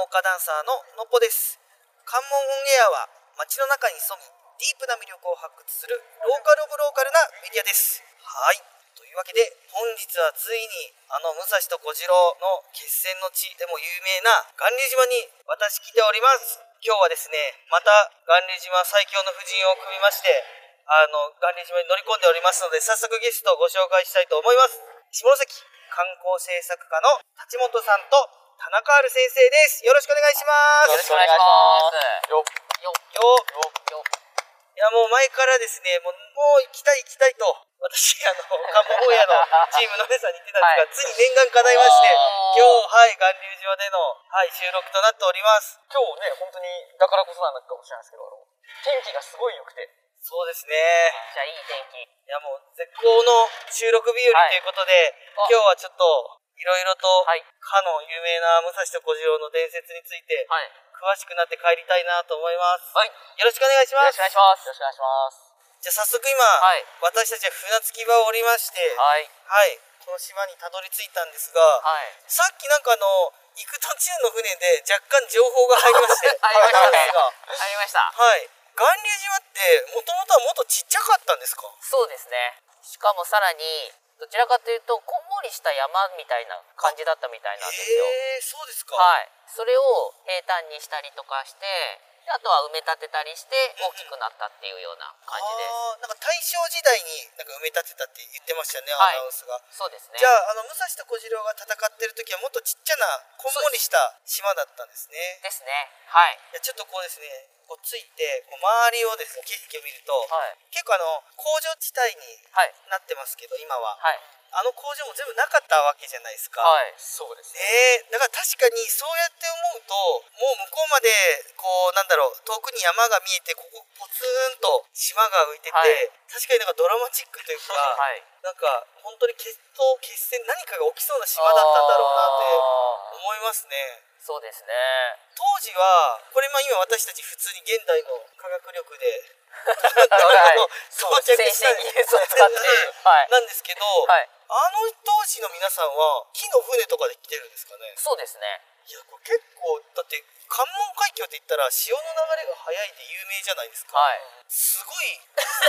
岡ダンサーののっぽです。関門オンエアは街の中に潜みディープな魅力を発掘するローカルオブローカルなメディアです。はい、というわけで本日はついに武蔵と小次郎の決戦の地でも有名な巌流島に私来ております。今日はですね、また巌流島最強の布陣を組みまして巌流島に乗り込んでおりますので、早速ゲストをご紹介したいと思います。下関観光政策課の立本さんと田中ある先生です。よろしくお願いします。 よろしくお願いします。よいや、もう前からですね、もう行きたいと私関門オンエアのチームの皆さんに言ってたんですが、ついに念願叶いまして、今日巌流島での収録となっております。 今日ね、本当にだからこそなんだかもしれないですけど、天気がすごい良くて。 そうですね。 じゃあいい天気。 いや、もう絶好の収録日和ということで、今日はちょっといろいろとかの有名な武蔵と小次郎の伝説について詳しくなって帰りたいなと思います。よろしくお願いします。 よろしくお願いします。よろしくお願いします。 じゃあ早速今、私たちは船着き場を降りまして、この島にたどり着いたんですが、さっきなんか行く途中の船で若干情報が入りまして入りました。 巌流島ってもともとはもっとちっちゃかったんですか？ そうですね。しかもさらにどちらかというとこんもりした山みたいな感じだったみたいなんですよ。 そうですか。 それを平坦にしたりとかして、あとは埋め立てたりして大きくなったっていうような感じです。 なんか大正時代になんか埋め立てたって言ってましたね、アナウンスが。 そうですね。 じゃあ武蔵と小次郎が戦ってる時はもっとちっちゃなこんもりした島だったんですね。 ですね。 いや、ちょっとこうですね、こうついてこう周りをですね景色を見ると、結構工場地帯になってますけど、今は工場も全部なかったわけじゃないですか。 そうですね。 だから確かにそうやって思うと、もう向こうまでこう遠くに山が見えて、ここポツンと島が浮いてて、確かになんかドラマチックというか、なんか本当に決戦何かが起きそうな島だったんだろうなって思いますね。 そうですね。 当時はこれ今私たち普通に現代の科学力でそう先進技術を使ってなんですけど、当時の皆さんは木の船とかで来てるんですかね？ そうですね。 いや、これ結構だって関門海峡って言ったら潮の流れが速いで有名じゃないですか。すごい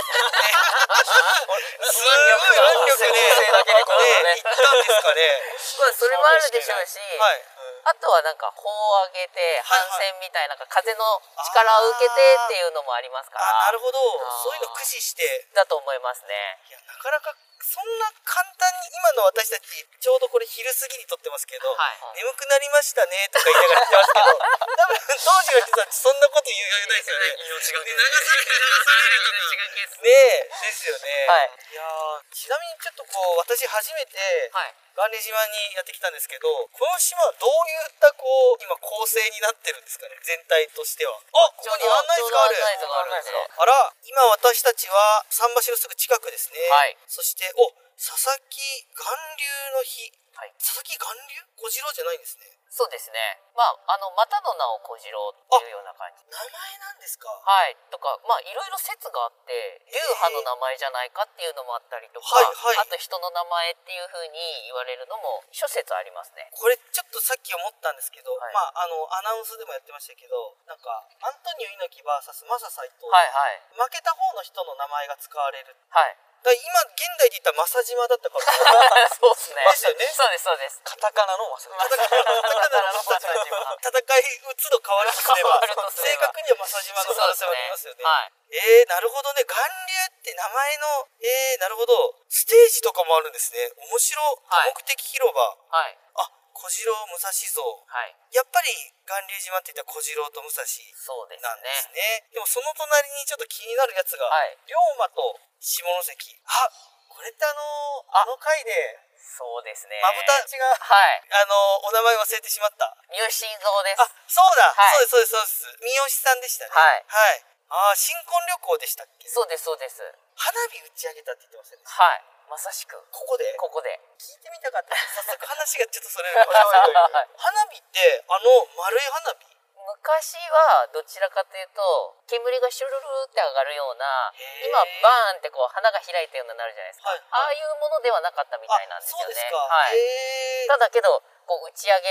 すごい腕力で行ったんですかね？ それもあるでしょうし、あとはなんか帆を上げて帆船みたいな風の力を受けてっていうのもありますから。 なるほど。そういうの駆使してだと思いますね。 いや、なかなかそんな簡単に、今の私たちちょうどこれ昼過ぎに撮ってますけど、眠くなりましたねとか言いながら言ってますけど、多分当時の人たちそんなこと言う余裕ないですよね。命がけ流されるとかねですよね。いや、ちなみにちょっとこう私初めて巌流島にやってきたんですけど、この島はどういった今構成になってるんですかね、全体としては。ここに案内図がある。あら、今私たちは桟橋のすぐ近くですね。そして佐々木巌流の日。佐々木巌流？小次郎じゃないんですね。 そうですね。またの名を小次郎っていうような感じ。 名前なんですか？ とかいろいろ説があって、流派の名前じゃないかっていうのもあったりとか、あと人の名前っていう風に言われるのも諸説ありますね。 これちょっとさっき思ったんですけど、アナウンスでもやってましたけど、なんかアントニオ猪木 VS マサ斎藤、負けた方の人の名前が使われる。だ今現代で言ったら正島だったかもしれない。 そうですね。 そうですそうです。 カタカナの正島。戦い打つの変わるとすれば、正確には正島の可能性はありますよね。なるほどね。巌流って名前のなるほど。ステージとかもあるんですね。面白。多目的広場。小次郎武蔵像。やっぱり巌流島って言ったら小次郎と武蔵なんですね。でもその隣にちょっと気になるやつが、龍馬と下関。これって回でそうですね。 まぶたちがお名前忘れてしまった。 三好晋三です。 そうだ。そうです。三好さんでしたね。新婚旅行でしたっけ？ そうです。 花火打ち上げたって言ってましたね。 まさしくここで聞いてみたかった。早速話がちょっとそれるかもしれない。花火って丸い花火？ 昔はどちらかというと煙がシュルルルって上がるような、今バーンってこう花が開いたようになるじゃないですか。ああいうものではなかったみたいなんですよね。ただけどこう打ち上げる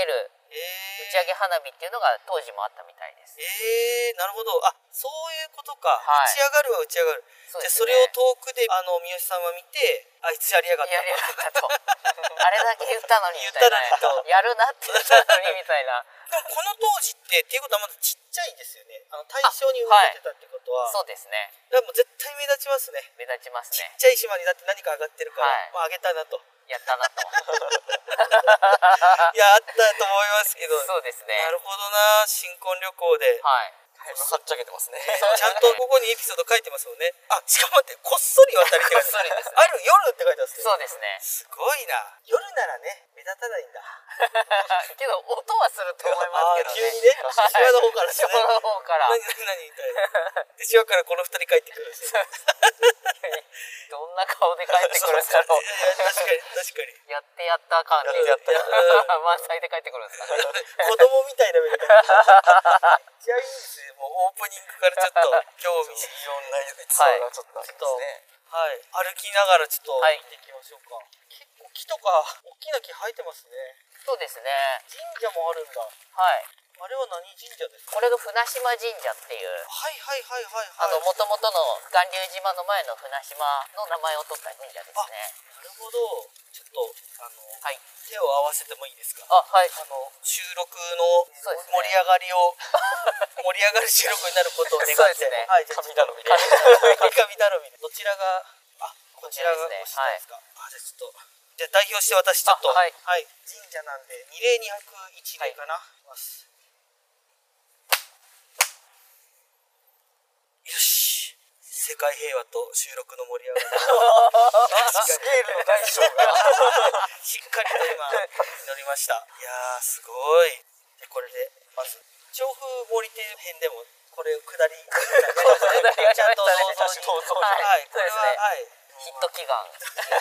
打ち上げ花火っていうのが当時もあったみたいです。 なるほど。あ、そういうことか。打ち上がるは打ち上がる。じゃあそれを遠くで三好さんは見て、あいつやりやがった。 やりやがったと。あれだけ言ったのにみたいな。やるなって言ったのにみたいな。 でもこの当時っていうことはまだちっちゃいですよね。大正に生まれてたってことは。 そうですね。 だからもう絶対目立ちますね。 目立ちますね。 ちっちゃい島にだって何か上がってるから、まあ上げたなと。 やったなと。 いや、あったと思いますけど。 そうですね。 なるほどな、新婚旅行で。 はっちゃけてますね。 ちゃんとここにエピソード書いてますもんね。あ、しかも待って、こっそり渡りって書いてます。ある夜って書いてますね。 そうですね。 すごいな。夜ならね、目立たないんだ。 けど音はすると思いますけどね。 急にね、島の方からですね。 島の方から。 何みたいな。で、島からこの二人帰ってくるんですよ。 どんな顔で帰ってくるんだろう。 確かに。 やってやった感じ。満載で帰ってくるんですかね。 子供みたいな目で帰ってくる。じゃあいいですね。もうオープニングからちょっと興味いろんなエピソードがちょっとありますね。 はい、歩きながらちょっと見ていきましょうか。結構木とか大きな木生えてますね。 そうですね。 神社もあるんだ。 はい。 あれは何神社ですか？ これが船島神社っていう。もともとの巌流島の前の船島の名前を取った神社ですね。 なるほど。ちょっと手を合わせてもいいですか？ はい。 収録の盛り上がりを盛り上がる収録になることを願って。そうですね。はい。神頼みで。神頼みで。どちらがこちらが押したんですか？じゃあちょっと代表して私ちょっとはい神社なんで二礼二拍一礼かな。よし。世界平和と収録の盛り上がりスケールの大小がしっかりと今祈りました。いやーすごい。これでまず調布森亭編でもこれ下りちゃんとはいこれははいヒット祈願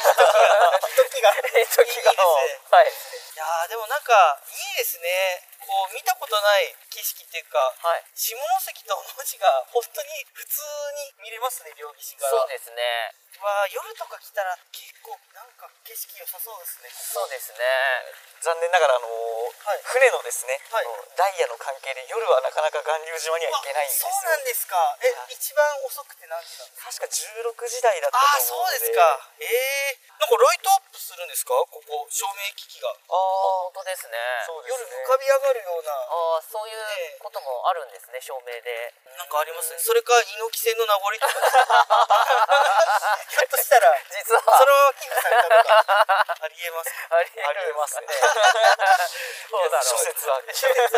はい。いやでもなんかいいですね。こう見たことない景色っていうか、下関の文字が本当に普通に見れますね、両岸から。 そうですね。 夜とか来たら結構なんか景色良さそうですね。 そうですね。 残念ながら船のですね、ダイヤの関係で夜はなかなか巌流島には行けないんですよ。 そうなんですか。一番遅くて何時なんですか？ 確か16時台だったと思うので。 そうですか。なんかライトアップするんですか？ここ照明機器が。 本当ですね。 夜浮かび上がるような。 そういうこともあるんですね、照明で。 なんかありますね。それか猪木戦の名残とか。ひょっとしたら実はそのまま寄付されたとかありえます。 ありえますね。 そうだろう。 諸説あります。 近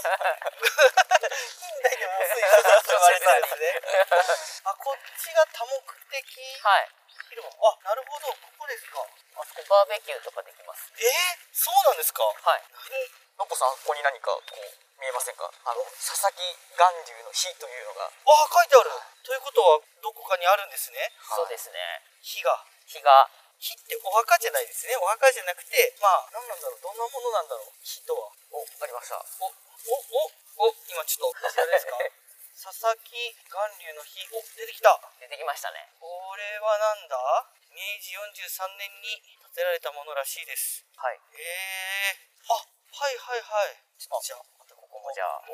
代でも薄い諸説言われたんですね。こっちが多目的広場。なるほど、ここですか。 あそこバーベキューとかできます。 そうなんですか。 はい。 のっぽさん、ここに何かこう見えませんか？佐々木巌流の碑というのが。 書いてある。ということはどこかにあるんですね。 そうですね。 碑が。碑ってお墓じゃないですね。お墓じゃなくて、何なんだろう。どんなものなんだろう。碑とは。 ありました。 今ちょっとこちらですか。佐々木巌流の碑。出てきた。 出てきましたね。 これはなんだ？明治43年に建てられたものらしいです。 はい。 じゃあまたここもじゃあ。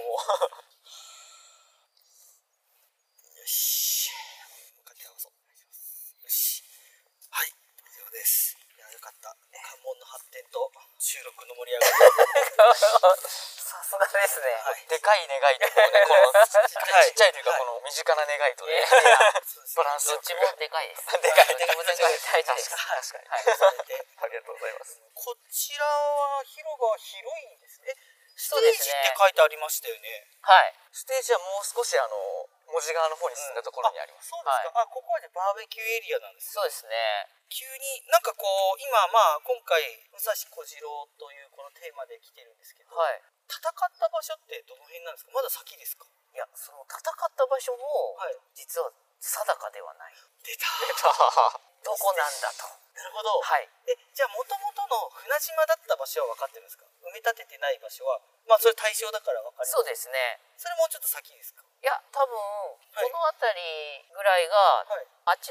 よし。向かって合わそう。よし。はい、以上です。いや、よかった。関門の発展と収録の盛り上がり。 さすがですね。 でかい願いとこのちっちゃいというかこの身近な願いとね、バランスどっちもでかいです。 でかい。 大事です。 確かに。ありがとうございます。 こちらは広場広いんですね。ステージそうですね。 って書いてありましたよね。 はい。 ステージはもう少し文字側の方に進んだところにあります。 そうですか。ここはバーベキューエリアなんですね。 そうですね。 急になんかこう今今回武蔵小次郎というこのテーマで来てるんですけど、戦った場所ってどの辺なんですか？まだ先ですか？ いや、その戦った場所も実は定かではない。 出た。 どこなんだと。 なるほど。 はい。 じゃあ元々の船島だった場所は分かってるんですか？埋め立ててない場所はそれ大正だから分かります。 そうですね。 それもうちょっと先ですか？ いや、多分この辺りぐらいがあっちの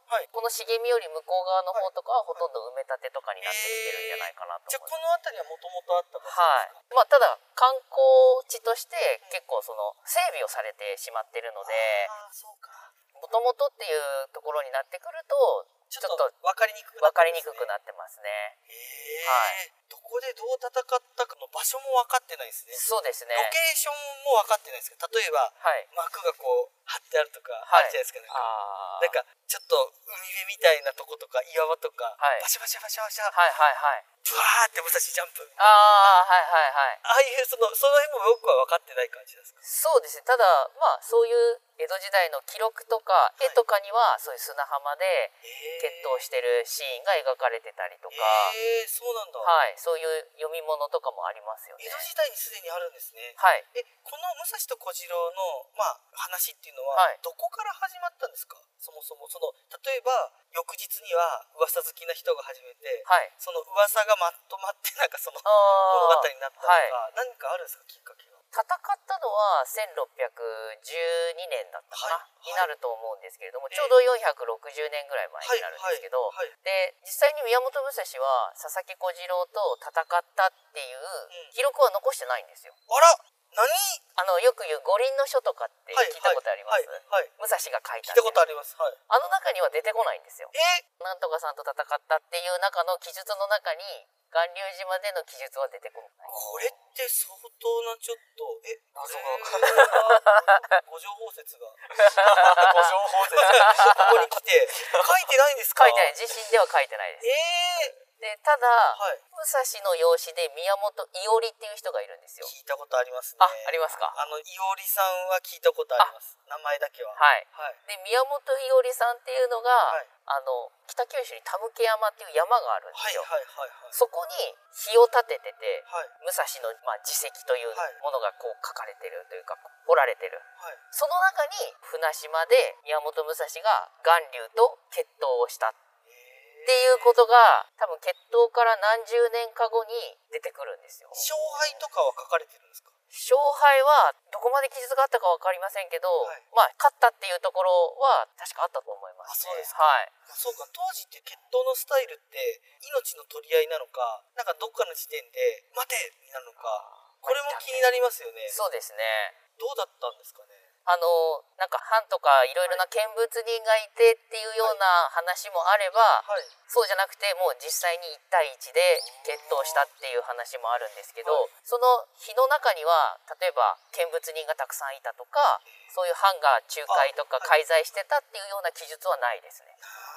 この茂みより向こう側の方とかはほとんど埋め立てとかになってきてるんじゃないかなと思います。 じゃあこの辺りはもともとあった場所ですか？ まあただ観光地として結構その整備をされてしまってるので、 そうか。 もともとっていうところになってくるとちょっと分かりにくくなってますね。 どこでどう戦ったかの場所も分かってないですね。 そうですね。 ロケーションも分かってないですけど、例えば、幕がこう貼ってあるとかあるじゃないですか。なんかちょっと海辺みたいなとことか岩場とか、バシャバシャバシャバシャ、ブワーって武蔵ジャンプ。ああいうその辺も僕は分かってない感じですか？ そうですね。ただまあそういう江戸時代の記録とか絵とかにはそういう砂浜で決闘してるシーンが描かれてたりとか、 そうなんだ。 そういう読み物とかもありますよね。 江戸時代にすでにあるんですね。この武蔵と小次郎の話っていうのはどこから始まったんですか？そもそも例えば翌日には噂好きな人が始めて、その噂がまとまってなんかその物語になったとか、何かあるんですか、きっかけが？ 戦ったのは1612年だったかな、になると思うんですけれども、ちょうど460年ぐらい前になるんですけど、で実際に宮本武蔵は佐々木小次郎と戦ったっていう記録は残してないんですよ。 あら、何？ よく言う五輪の書とかって聞いたことあります？武蔵が書いた。 聞いたことあります。 あの中には出てこないんですよ。なんとかさんと戦ったっていう中の記述の中に巌流島での記述は出てこない。 これって相当なちょっと謎が五条包説が五条包説ここに来て書いてないんですか？ 書いてない。自身では書いてないです。でただ、武蔵の養子で宮本伊織っていう人がいるんですよ。 聞いたことありますね。 ありますか？ 伊織さんは聞いたことあります。名前だけは。 で宮本伊織さんっていうのが、北九州に田向山っていう山があるんですよ。そこに碑を建ててて、武蔵の、自石というものがこう書かれてるというか彫られてる、その中に船島で宮本武蔵が巌流と決闘をしたっていうことが多分決闘から何十年か後に出てくるんですよ。 勝敗とかは書かれてるんですか？ 勝敗はどこまで記述があったか分かりませんけど、勝ったっていうところは確かあったと思います、 そうですか。そうか、当時って決闘のスタイルって命の取り合いなのか、なんかどっかの時点で待てになるのか、これも気になりますよね。 そうですね。 どうだったんですかね？ なんか藩とかいろいろな見物人がいてっていうような話もあれば、そうじゃなくてもう実際に1対1で決闘したっていう話もあるんですけど、その日の中には例えば見物人がたくさんいたとか、そういう藩が仲介とか介在してたっていうような記述はないですね。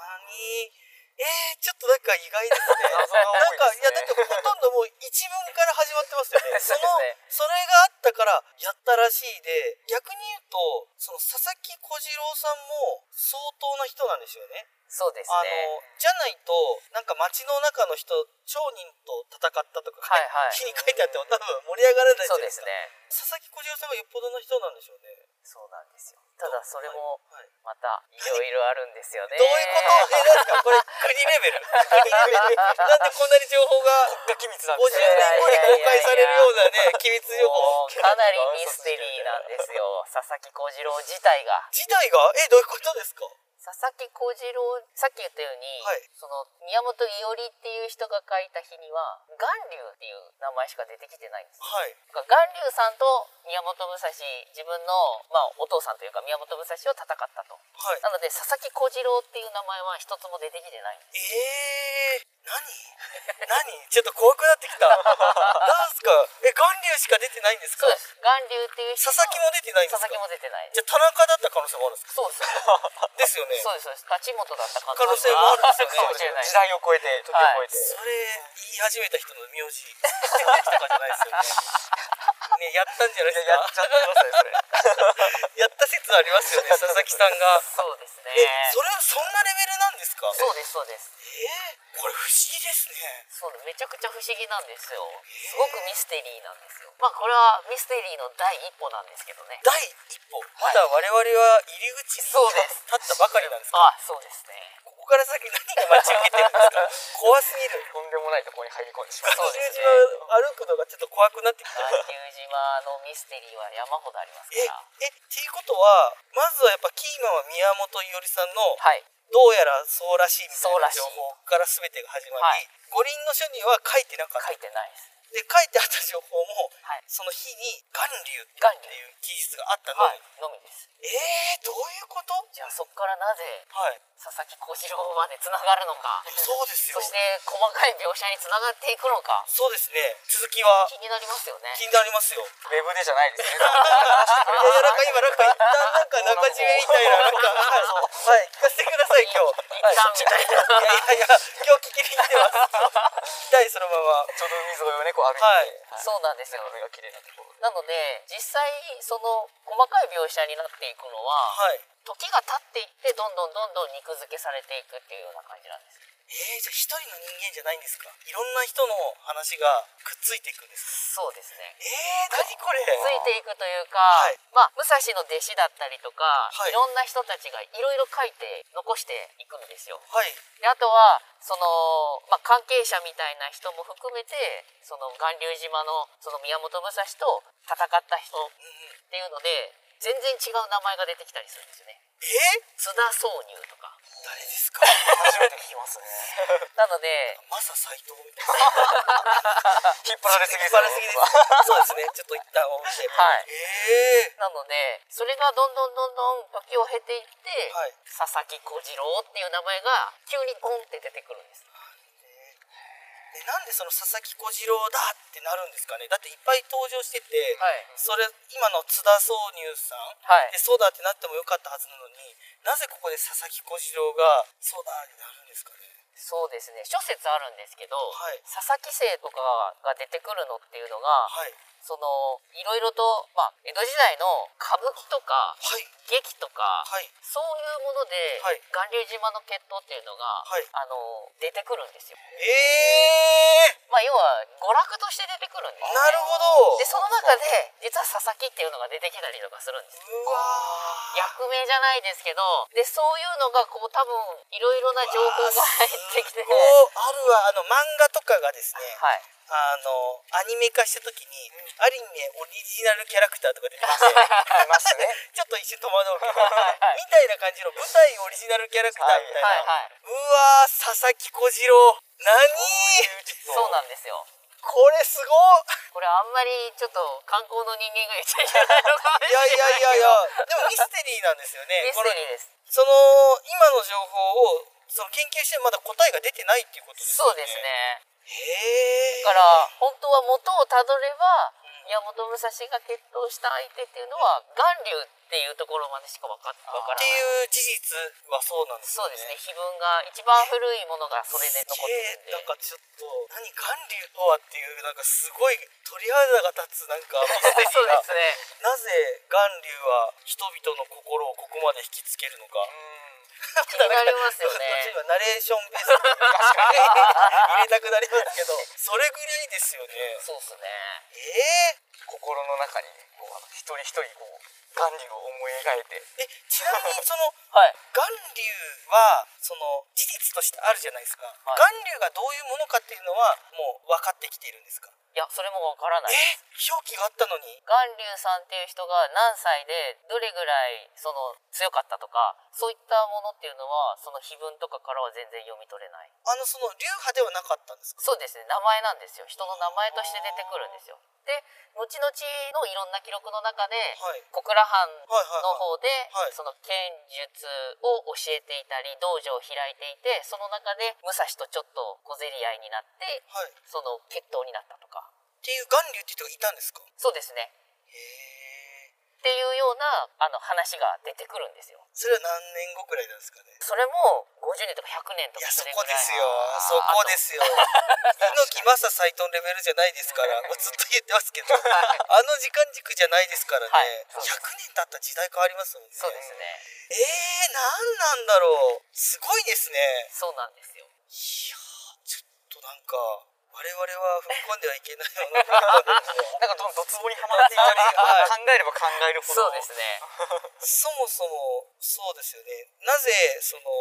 ちょっとなんか意外ですね。なんかいやだってほとんどもう一文から始まってますよね。それがあったからやったらしいで、逆に言うとその佐々木小次郎さんも相当な人なんですよね。 そうですね。 じゃないとなんか街の中の人町人と戦ったとか記に書いてあっても多分盛り上がらないじゃないですか。佐々木小次郎さんがよっぽどの人なんでしょうね。 そうなんですよ。ただそれもまたいろいろあるんですよね。 どういうことですか？これ国レベルなんでこんなに情報が機密なんです 50年後に公開されるようなね機密情報かなりミステリーなんですよ。佐々木小次郎自体がどういうことですか？ 佐々木小次郎、さっき言ったように、その宮本伊織っていう人が書いた日には巌流っていう名前しか出てきてないんです。巌流さんと宮本武蔵、自分の、お父さんというか宮本武蔵を戦ったと、なので佐々木小次郎っていう名前は一つも出てきてないんです。 何ちょっと怖くなってきた。なんすか？巌流しか出てないんですか？ そうです。巌流っていう佐々木も出てないんですか？ 佐々木も出てない。 じゃあ田中だった可能性もあるんですか？そうです。ですよね。 そうです。立本だった可能性もあるんですよね。 時代を超えて、時を超えて。 それ言い始めた人の名字出てきたかじゃないですよね。やったんじゃないですか？ やっちゃってくださいそれ。 やった説ありますよね、佐々木さんが。 そうですね。 そんなレベルなんですか？ そうです。 これ不思議ですね。 めちゃくちゃ不思議なんですよ。すごくミステリーなんですよ。これはミステリーの第一歩なんですけどね。 第一歩？まだ我々は入り口に立ったばかりなんですか？ そうですね。 ここから先何が待ち受けてるんですか？怖すぎる。 とんでもないところに入り込んでしまう。 巌流島歩くのがちょっと怖くなってきた。 巌流島のミステリーは山ほどありますから。 っていうことはまずはやっぱキーマンは宮本伊織さんのどうやらそうらしいみたいな情報から全てが始まり、五輪の書には書いてなかった。 書いてないです。 で書いてあった情報も、その日に巌流っていう記述があったのみです。 どういうこと？ じゃあそこからなぜ佐々木小次郎までつながるのか。 そうですよ。 そして細かい描写につながっていくのか。 そうですね。続きは気になりますよね。 気になりますよ。 ウェブでじゃないですね。 なんか今一旦中締めみたいな聞かせてください今日。 一旦みたいな。 今日聞きに来てます。聞きたいそのまま。 ちょうど海沿いをねこう歩いて。 そうなんですよ。 海が綺麗なところ。 なので実際その細かい描写になっていくのは、時が経っていってどんどん肉付けされていくっていうような感じなんです。 じゃあ一人の人間じゃないんですか？いろんな人の話がくっついていくんですか？ そうですね。 何これ？ くっついていくというか、武蔵の弟子だったりとか、いろんな人たちがいろいろ書いて残していくんですよ。であとはその、関係者みたいな人も含めてその巌流島のその宮本武蔵と戦った人っていうので全然違う名前が出てきたりするんですよね。津田宗入とか。 誰ですか？ 初めて聞きますね。 なのでマサ斎藤みたいな。 引っ張られすぎです。 そうですね。ちょっと一旦置いて。 なのでそれがどんどん時を経ていって、佐々木小次郎っていう名前が急にボンって出てくるんです。 なんでその佐々木小次郎だってなるんですかね。だっていっぱい登場してて、それ今の津田宗入さん、でそうだってなってもよかったはずなのに、なぜここで佐々木小次郎がそうだになるんですかね。 そうですね。諸説あるんですけど、佐々木姓とかが出てくるのっていうのが、そのいろいろと、江戸時代の歌舞伎とか、劇とか、そういうもので、巌流島の決闘っていうのが、出てくるんですよ。要は娯楽として出てくるんです、ね。 なるほど。 でその中で実は佐々木っていうのが出てきたりとかするんです。役名じゃないですけど、でそういうのがこう多分いろいろな情報が入ってきて、 あるわ。漫画とかがですね、アニメ化した時に、アニメオリジナルキャラクターとか出てきてますね。ちょっと一瞬戸惑うけどみたいな感じの舞台オリジナルキャラクターみたいな。うわー、佐々木小次郎そうなんですよ。 これすごっ。 これあんまりちょっと観光の人間が言っちゃいけないのかもしれないでもミステリーなんですよね。 ミステリーです。 その今の情報をその研究してまだ答えが出てないっていうことですよね。 そうですね。だから本当は元をたどれば、宮本武蔵が決闘した相手っていうのは巌流っていうところまでしか分からないっていう事実はそうなんですね。 そうですね。碑文が一番古いものがそれで残ってるんで、 なんかちょっと巌流とはっていうなんかすごい鳥肌が立つなんかミステリーがそうですね。 なぜ巌流は人々の心をここまで引きつけるのか。 気になりますよね。 ナレーションベースに入れたくなりますけど、それぐらいですよね。 そうですね。 心の中に一人一人巌流を思い描いて。 ちなみにその巌流はその事実としてあるじゃないですか。巌流がどういうものかっていうのはもう分かってきているんですか？ いや、それもわからない。 表記があったのに。 巌流さんっていう人が何歳でどれぐらいその強かったとか、そういったものっていうのはその碑文とかからは全然読み取れない。 その流派ではなかったんですか？ そうですね。名前なんですよ。人の名前として出てくるんですよ。で、後々のいろんな記録の中で、小倉藩の方でその剣術を教えていたり道場を開いていて、その中で武蔵とちょっと小競り合いになって、その決闘になったとかっていう巌流っていう人がいたんですか？ そうですね。っていうような話が出てくるんですよ。 それは何年後くらいなんですかね？ それも50年とか100年とか。 いや、そこですよ。そこですよ。猪木正斎藤レベルじゃないですから、ずっと言ってますけど、時間軸じゃないですからね。100年経った時代変わりますもんね。 そうですね。 何なんだろう。すごいですね。 そうなんですよ。いやー、ちょっとなんか我々は踏み込んではいけないようななんかドツボにはまっていたり考えれば考えるほど。 そうですね。 そもそもそうですよね。なぜその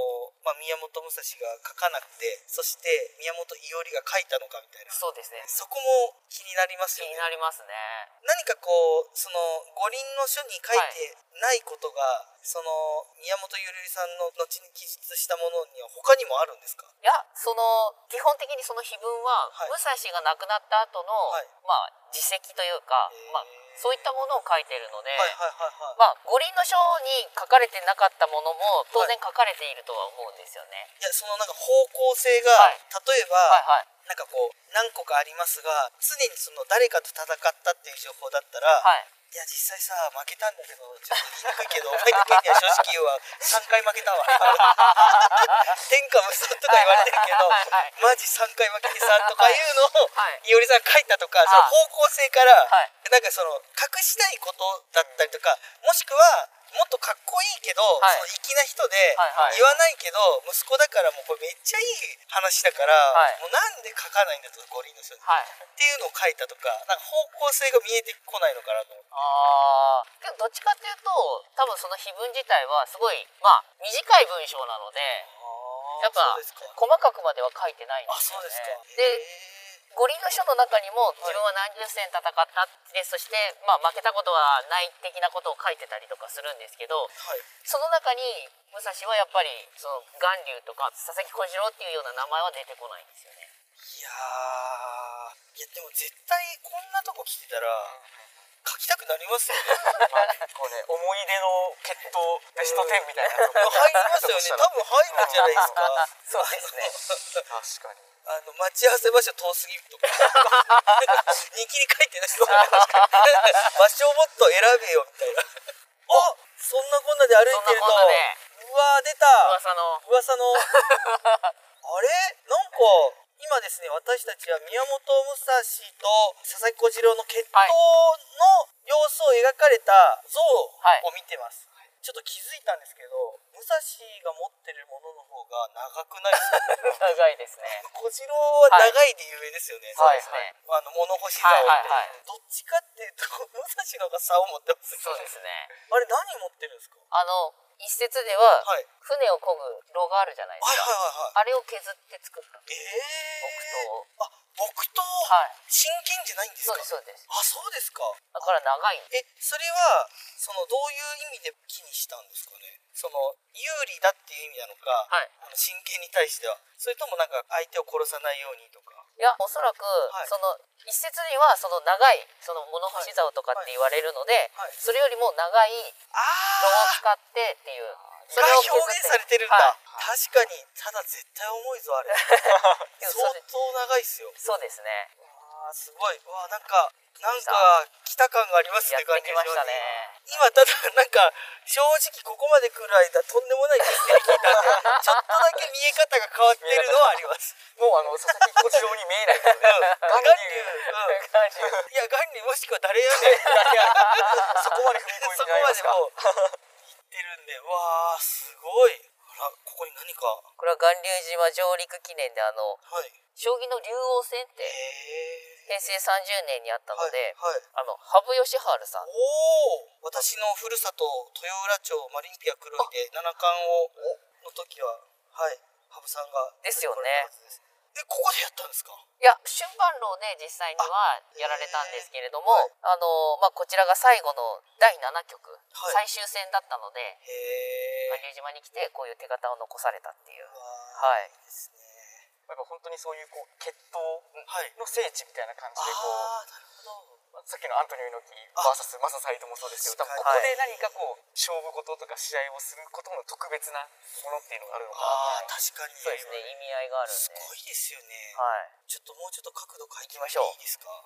宮本武蔵が書かなくて、そして宮本伊織が書いたのかみたいな。 そうですね。 そこも気になりますよね。 気になりますね。 何かこうその五輪の書に書いてないことが、その宮本伊織さんの後に記述したものには他にもあるんですか？ いや、基本的にその碑文は、武蔵が亡くなった後の、自責というか、そういったものを書いているので、五輪の書に書かれてなかったものも当然書かれているとは思うんですよね。 いや、そのなんか方向性が、例えば、なんかこう何個かありますが、常にその誰かと戦ったっていう情報だったら、いや実際さ負けたんだけどちょっと言いにくいけどお前だけには正直言うわ3回負けたわ天下無双とか言われてるけどマジ3回負けてさとかいうのを伊織さん書いたとか、その方向性からなんかその隠したいことだったりとか、もしくはもっとかっこいいけど、その粋な人で言わないけど、息子だからもうこれめっちゃいい話だから、もうなんで書かないんだと五輪の人に、っていうのを書いたとか、なんか方向性が見えてこないのかなと思って。 でもどっちかっていうと多分その碑文自体はすごい短い文章なので、やっぱ細かくまでは書いてないんですよね。で五輪の書の中にも自分は何十戦戦ったってそして負けたことはない的なことを書いてたりとかするんですけど、その中に武蔵はやっぱりその巌流とか佐々木小次郎っていうような名前は出てこないんですよね。 いやでも絶対こんなとこ来てたら書きたくなりますよね。 こうね、思い出の決闘ベスト10みたいなの入りますよね。多分入るんじゃないですか。 そうですね。 確かに。 待ち合わせ場所遠すぎるとか日記に書いてない人場所をもっと選べよみたいなそんなこんなで歩いてるとうわー出た噂のあれなんか今ですね、私たちは宮本武蔵と佐々木小次郎の決闘の様子を描かれた像を見てます、ちょっと気づいたんですけど、武蔵が持ってるものの方が長くないですか？ 長いですね。 小次郎は長いで有名ですよね。 そうですね。 物干し竿って、どっちかっていうと武蔵の方が竿を持ってますよね。 そうですね。 あれ何持ってるんですか？ 一説では、船を漕ぐ炉があるじゃないですか。あれを削って作った。木刀。 木刀、真剣じゃないんですか？ そうです。 そうですか。 だから長い。 それはどういう意味で木にしたんですかね？有利だっていう意味なのか、真剣に対しては、それともなんか相手を殺さないようにとか。 いや、おそらく、一説には長い物干し竿とかって言われるので、それよりも長い炉を使ってっていう。 それを表現されてるんだ。確かに、ただ絶対重いぞあれ。相当長いっすよ。 そうですね。 すごい。なんか来た感がありますね。 やってきましたね。 今ただなんか正直ここまで来る間とんでもないディステリ聞いたんでちょっとだけ見え方が変わってるのはあります。 もう佐々木小次郎に見えないですね。 巌流、いや巌流もしくは誰やねんそこまで踏み込みになりますか？ そこまでもう言ってるんで、すごい。ここに何か、 これは巌流島上陸記念で将棋の竜王戦って平成30年にあったので、羽生善治さん、 私のふるさと豊浦町マリンピア黒いで七冠の時は羽生さんがですよね。 ここでやったんですか？ いや、春晩楼で実際にはやられたんですけれども、こちらが最後の第7局、最終戦だったので巌流島に来てこういう手形を残されたっていう。 ですね。 やっぱ本当にそういう決闘の聖地みたいな感じでさっきのアントニオ猪木 VS マササイトもそうですけど、多分ここで何か勝負事とか試合をすることの特別なものっていうのがあるのかな。 確かにそうですね、意味合いがあるんで。 すごいですよね。ちょっともうちょっと角度変えてみましょう。いいですか？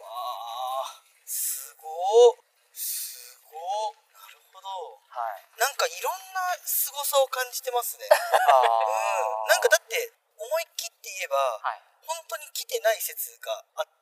すごー。なるほど。なんかいろんなすごさを感じてますね。なんかだって思い切って言えば、本当に来てない説があって、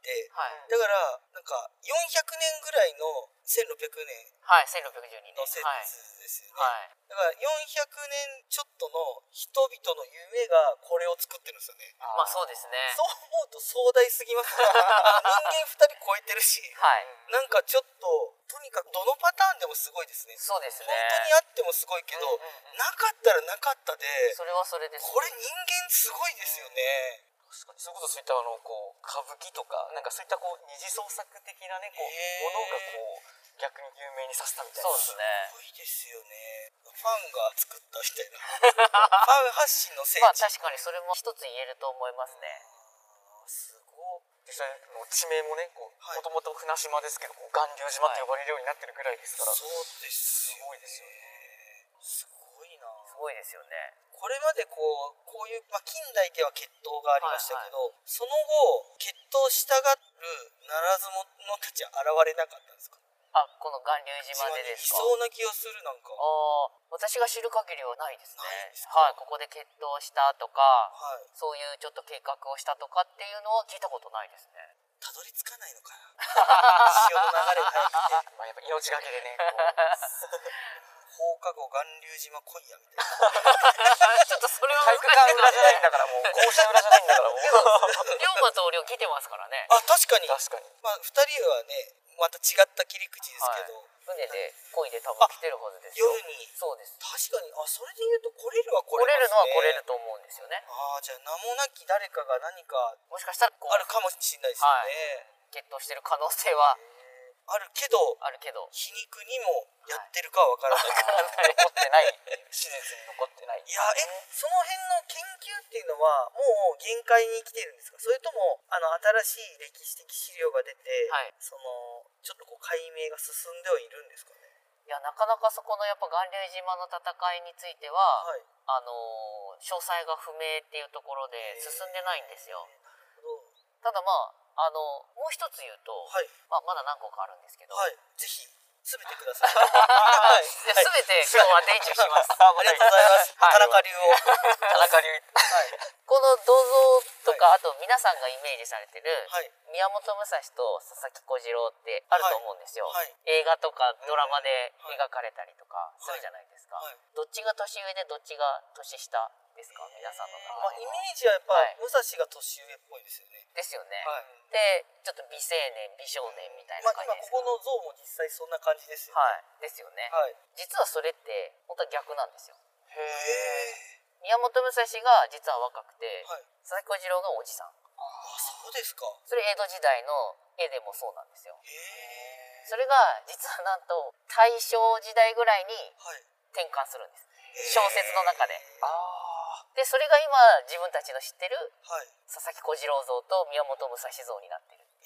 て、だからなんか400年ぐらいの1600年の説ですよね。だから400年ちょっとの人々の夢がこれを作ってるんですよね。 まあそうですね。 そう思うと壮大すぎますね。人間2人超えてるし、なんかちょっととにかくどのパターンでもすごいですね。 そうですね。 本当にあってもすごいけど、なかったらなかったで、 それはそれです。 これ人間すごいですよね。 確かにそういうこと、そういったこう歌舞伎とかなんかそういった二次創作的なねものが逆に有名にさせたみたいな。 そうですね。 すごいですよね。ファンが作ったみたいな。ファン発信の聖地。 まあ確かにそれも一つ言えると思いますね。 すごい。 実際の地名もねもともと船島ですけど巌流島って呼ばれるようになってるぐらいですから、 そうですすごいですよね。 すごいな。 すごいですよね。 これまでこういう、近代では決闘がありましたけど、その後決闘したがるならず者たちは現れなかったんですか？ この巌流島でですか？ いそうな気がする。なんか私が知る限りはないですね。はい、ここで決闘したとか、そういうちょっと計画をしたとかっていうのは聞いたことないですね。 たどり着かないのかな。潮の流れが速くて、 やっぱ命がけでね放課後巌流島来いやみたいな。 ちょっとそれは体育館裏じゃないんだから、もう校舎裏じゃないんだから、もう龍馬と龍来てますからね。 確かに。 確かに。 2人はねまた違った切り口ですけど、 船で漕いで多分来てるはずですよ。 夜に。 そうです。 確かに。それで言うと来れるは来れますね。 来れるのは来れると思うんですよね。 じゃあ名もなき誰かが何かもしかしたらあるかもしれないですよね。 決闘してる可能性はあるけど皮肉にもやってるかは分からない。 残ってない、史実に残ってない。 いやその辺の研究っていうのはもう限界に来てるんですか？それとも新しい歴史的資料が出て、ちょっと解明が進んではいるんですかね？ いや、なかなかそこのやっぱ巌流島の戦いについては、詳細が不明っていうところで進んでないんですよ。ただもう一つ言うと、まだ何個かあるんですけど、 ぜひ全てください。 全て今日は伝授します。 ありがとうございます。田中流を。 田中流。 この銅像とか、あと皆さんがイメージされてる宮本武蔵と佐々木小次郎ってあると思うんですよ。映画とかドラマで描かれたりとかするじゃないですか。どっちが年上でどっちが年下ですか？皆さんの中で。 イメージはやっぱ武蔵が年上っぽいですよね。 ですよね。でちょっと美青年美少年みたいな感じですか？ 今ここの像も実際そんな感じですよね。 ですよね。実はそれって本当は逆なんですよ。 へえ。 宮本武蔵が実は若くて、佐々木小次郎がおじさん。 そうですか。 それ江戸時代の絵でもそうなんですよ。それが実はなんと大正時代ぐらいに転換するんです。小説の中で。でそれが今自分たちの知ってる佐々木小次郎像と宮本武蔵像になってる。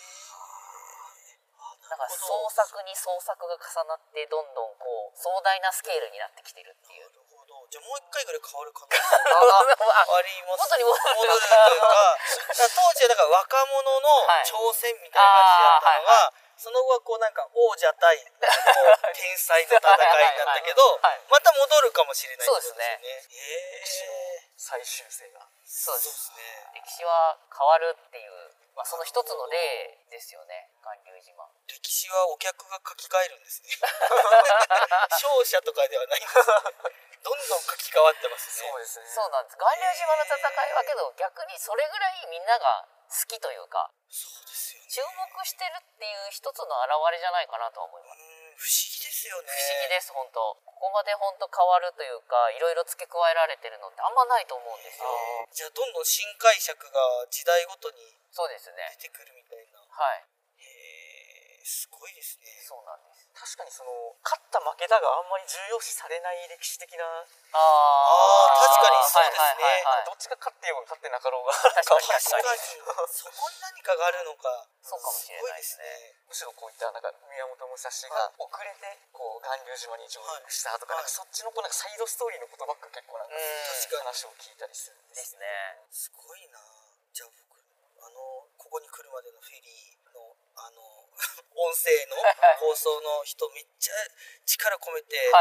だから創作に創作が重なってどんどん壮大なスケールになってきてるっていう。 じゃあもう一回ぐらい変わる可能性あります。 元に戻るというか当時はだから若者の挑戦みたいな感じだったのが、その後はなんか王者対天才の戦いなんだけどまた戻るかもしれない。 そうですね。 最終性が。 そうですね。歴史は変わるっていう、その一つの例ですよね。巌流島。 歴史はお客が書き換えるんですね。勝者とかではないんです。どんどん書き換わってますね。 そうですね。 そうなんです。巌流島の戦いはけど逆にそれぐらいみんなが好きというか、 そうですよね。 注目してるっていう一つの表れじゃないかなとは思います。 不思議ですよね。 不思議です本当。ここまで本当変わるというか、いろいろ付け加えられてるのってあんまないと思うんですよ。 じゃあどんどん新解釈が時代ごとにそうですね。 出てくるみたいな。すごいですね。 そうなんです。 確かに勝った負けたがあんまり重要視されない歴史的な。 確かにそうですね。 どっちが勝ってようが勝ってなかろうが。 確かにそこに何かがあるのか。 そうかもしれないですね。 むしろこういった宮本武蔵が遅れて巌流島に上陸したとか、そっちのサイドストーリーのことばっか結構話を聞いたりするんですね。 すごいな。じゃあ僕ここに来るまでのフェリーの音声の放送の人めっちゃ力込めて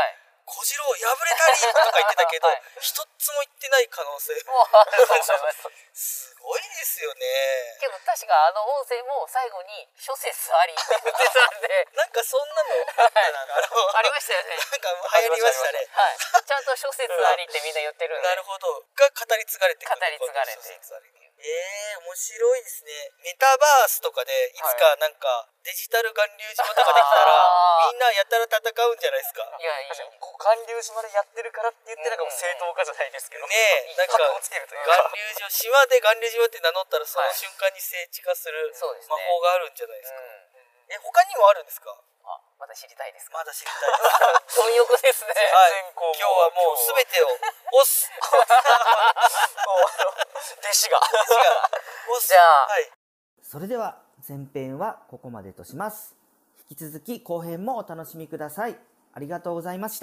小次郎破れたりとか言ってたけど、一つも言ってない可能性もあると思います。 すごいですよね。 けど確か音声も最後に諸説ありって言ってたんでなんかそんなのありましたよね。 なんか流行りましたね。 ちゃんと諸説ありってみんな言ってるんで。 なるほど。が語り継がれてくる。 語り継がれて。 面白いですね。メタバースとかでいつかなんかデジタル巌流島とかできたらみんなやたら戦うんじゃないですか。 いやいや、巌流島でやってるからって言ってなんかもう正当化じゃないですけどね、なんか巌流島、島で巌流島って名乗ったらその瞬間に聖地化する魔法があるんじゃないですか。他にもあるんですか？ まだ知りたいですか？ まだ知りたいです。 貪欲ですね。 今日はもうすべてを押す。 弟子が押す。 じゃあ、 それでは前編はここまでとします。引き続き後編もお楽しみください。ありがとうございました。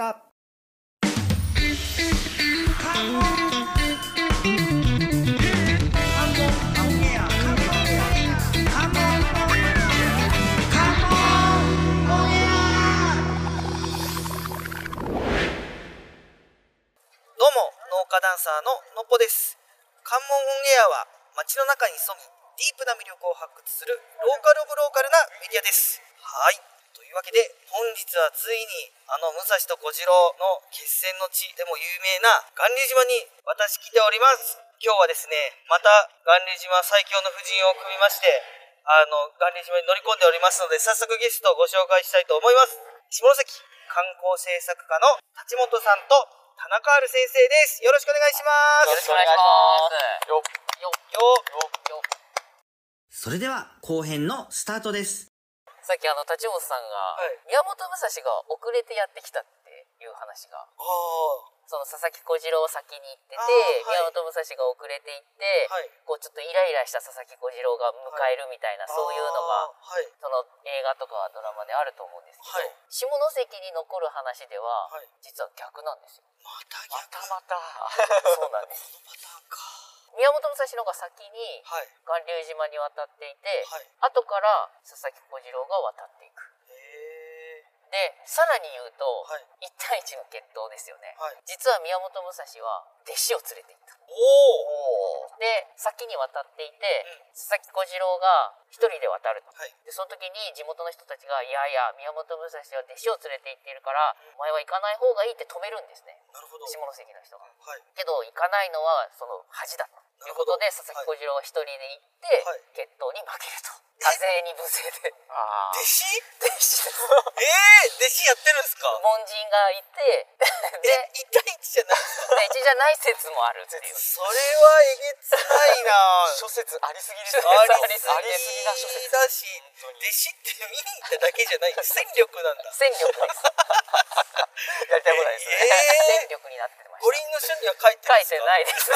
どうも、農家ダンサーののっぽです。関門オンエアは街の中に潜みディープな魅力を発掘するローカルオブローカルなメディアです。はい。というわけで本日はついに武蔵と小次郎の決戦の地でも有名な巌流島に私来ております。今日はですね、また巌流島最強の布陣を組みまして巌流島に乗り込んでおりますので、早速ゲストをご紹介したいと思います。下関観光政策課の立本さんと田中ある先生です。よろしくお願いします。 よろしくお願いします。よよ。それでは後編のスタートです。 さっき立本さんが、宮本武蔵が遅れてやってきたっていう話が、その佐々木小次郎先に行ってて、宮本武蔵が遅れていって、こうちょっとイライラした佐々木小次郎が迎えるみたいな、そういうのが、その映画とかドラマであると思うんですけど、下関に残る話では、実は逆なんですよ。 またそうなんです。宮本武蔵の方が先に巌流島に渡っていて、後から佐々木小次郎が渡っていく。でさらに言うと、1対1の決闘ですよね。実は宮本武蔵は弟子を連れていった。で先に渡っていて、佐々木小次郎が一人で渡ると。でその時に地元の人たちが「いやいや宮本武蔵は弟子を連れて行っているからお前は行かない方がいい」って止めるんですね。下関の人が。けど行かないのはその恥だということで、佐々木小次郎は一人で行って決闘に負けると。多勢に無勢で。 弟子です弟子やってるんですか？ 門人がいてで1対1じゃない 1じゃない説もあるっていう。 それはえげつないな。 諸説ありすぎですね。 ありすぎだし、弟子って見に行っただけじゃない戦力なんだ。 戦力ですやりたいことないですね。 戦力になってました。 五輪の書には書いてるんですか？ 書いてないですね。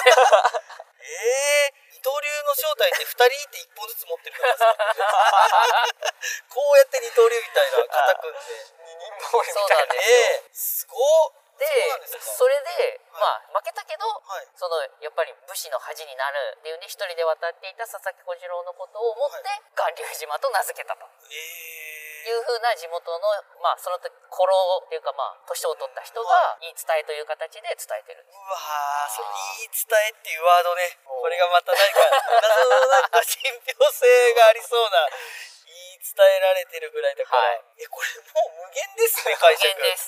二刀流の正体って2人いて1本ずつ持ってるからですか？こうやって二刀流みたいな肩組んでそうなんですよ。 すごっ。 でそれで負けたけど、そのやっぱり武士の恥になるっていうんで一人で渡っていた佐々木小次郎のことを思って巌流島と名付けたというふうな地元のその時古老っていうか年を取った人が言い伝えという形で伝えてるんです。 うわー、その言い伝えっていうワードね、これがまた何か謎のなんか信憑性がありそうな言い伝えられてるぐらいだから、これもう無限ですね、解釈。 無限です。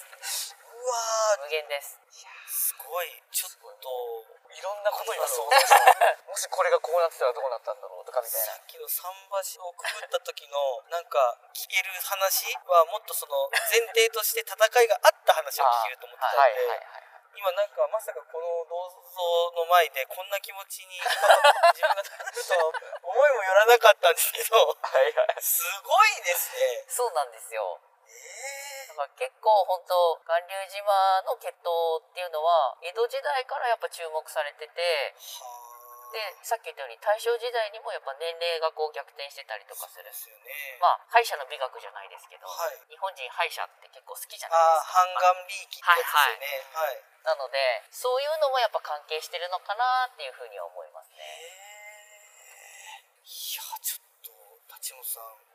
うわー、 無限です。 すごい。ちょっといろんなこと今想像して、もしこれがこうなってたらどうなったんだろうとかみたいな。 さっきの桟橋をくぐった時のなんか聞ける話はもっとその前提として戦いがあった話を聞けると思ってたんで、今なんかまさかこの銅像の前でこんな気持ちに自分がなるとは思いもよらなかったんですけどすごいですね。 そうなんですよ。結構本当巌流島の決闘っていうのは江戸時代からやっぱ注目されてて、でさっき言ったように大正時代にもやっぱ年齢がこう逆転してたりとかする。敗者の美学じゃないですけど、日本人敗者って結構好きじゃないですか。半眼美意気ってやつですよね。なのでそういうのもやっぱ関係してるのかなっていうふうには思いますね。 いやちょっと立本さん、僕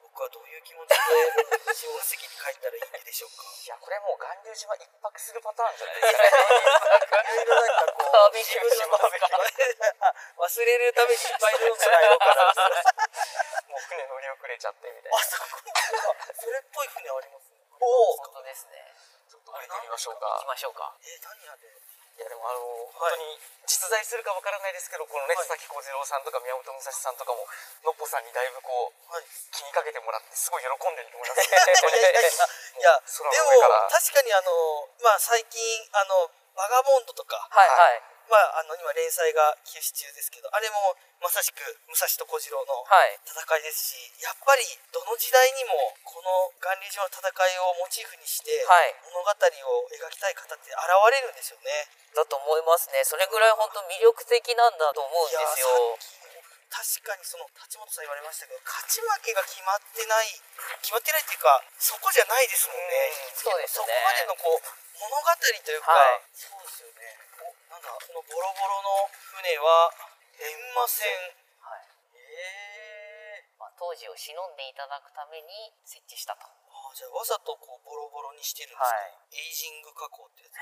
僕はどういう気持ちで下関に帰ったらいいんでしょうか。 いや、これもう巌流島一泊するパターンじゃないですかね。いろいろなんかこう、 バーベキューしますか。 忘れるためにいっぱい飲んでないのかな。 もう船乗り遅れちゃってみたいな。 あ、それっぽい船ありますね。 おお、本当ですね。 ちょっと見てみましょうか。 行きましょうか。 何やで。 いやでも本当に実在するかわからないですけど、このね、佐々木小次郎さんとか宮本武蔵さんとかものっぽさんにだいぶこう、気にかけてもらってすごい喜んでると思います。 いや、でも確かにまあ最近バガボンドとか、まあ今連載が休止中ですけど、あれもまさしく武蔵と小次郎の戦いですし、やっぱりどの時代にもこの巌流島の戦いをモチーフにして物語を描きたい方って現れるんですよね。 だと思いますね。それぐらい本当魅力的なんだと思うんですよ。 確かに立本さん言われましたけど、勝ち負けが決まってないっていうか、そこじゃないですもんね。 そうですね。 そこまでの物語というか、そうですよね。なんだ、このボロボロの船は閻魔船。 当時を忍んでいただくために設置したと。 じゃあわざとボロボロにしてるんですか。エイジング加工ってやつ。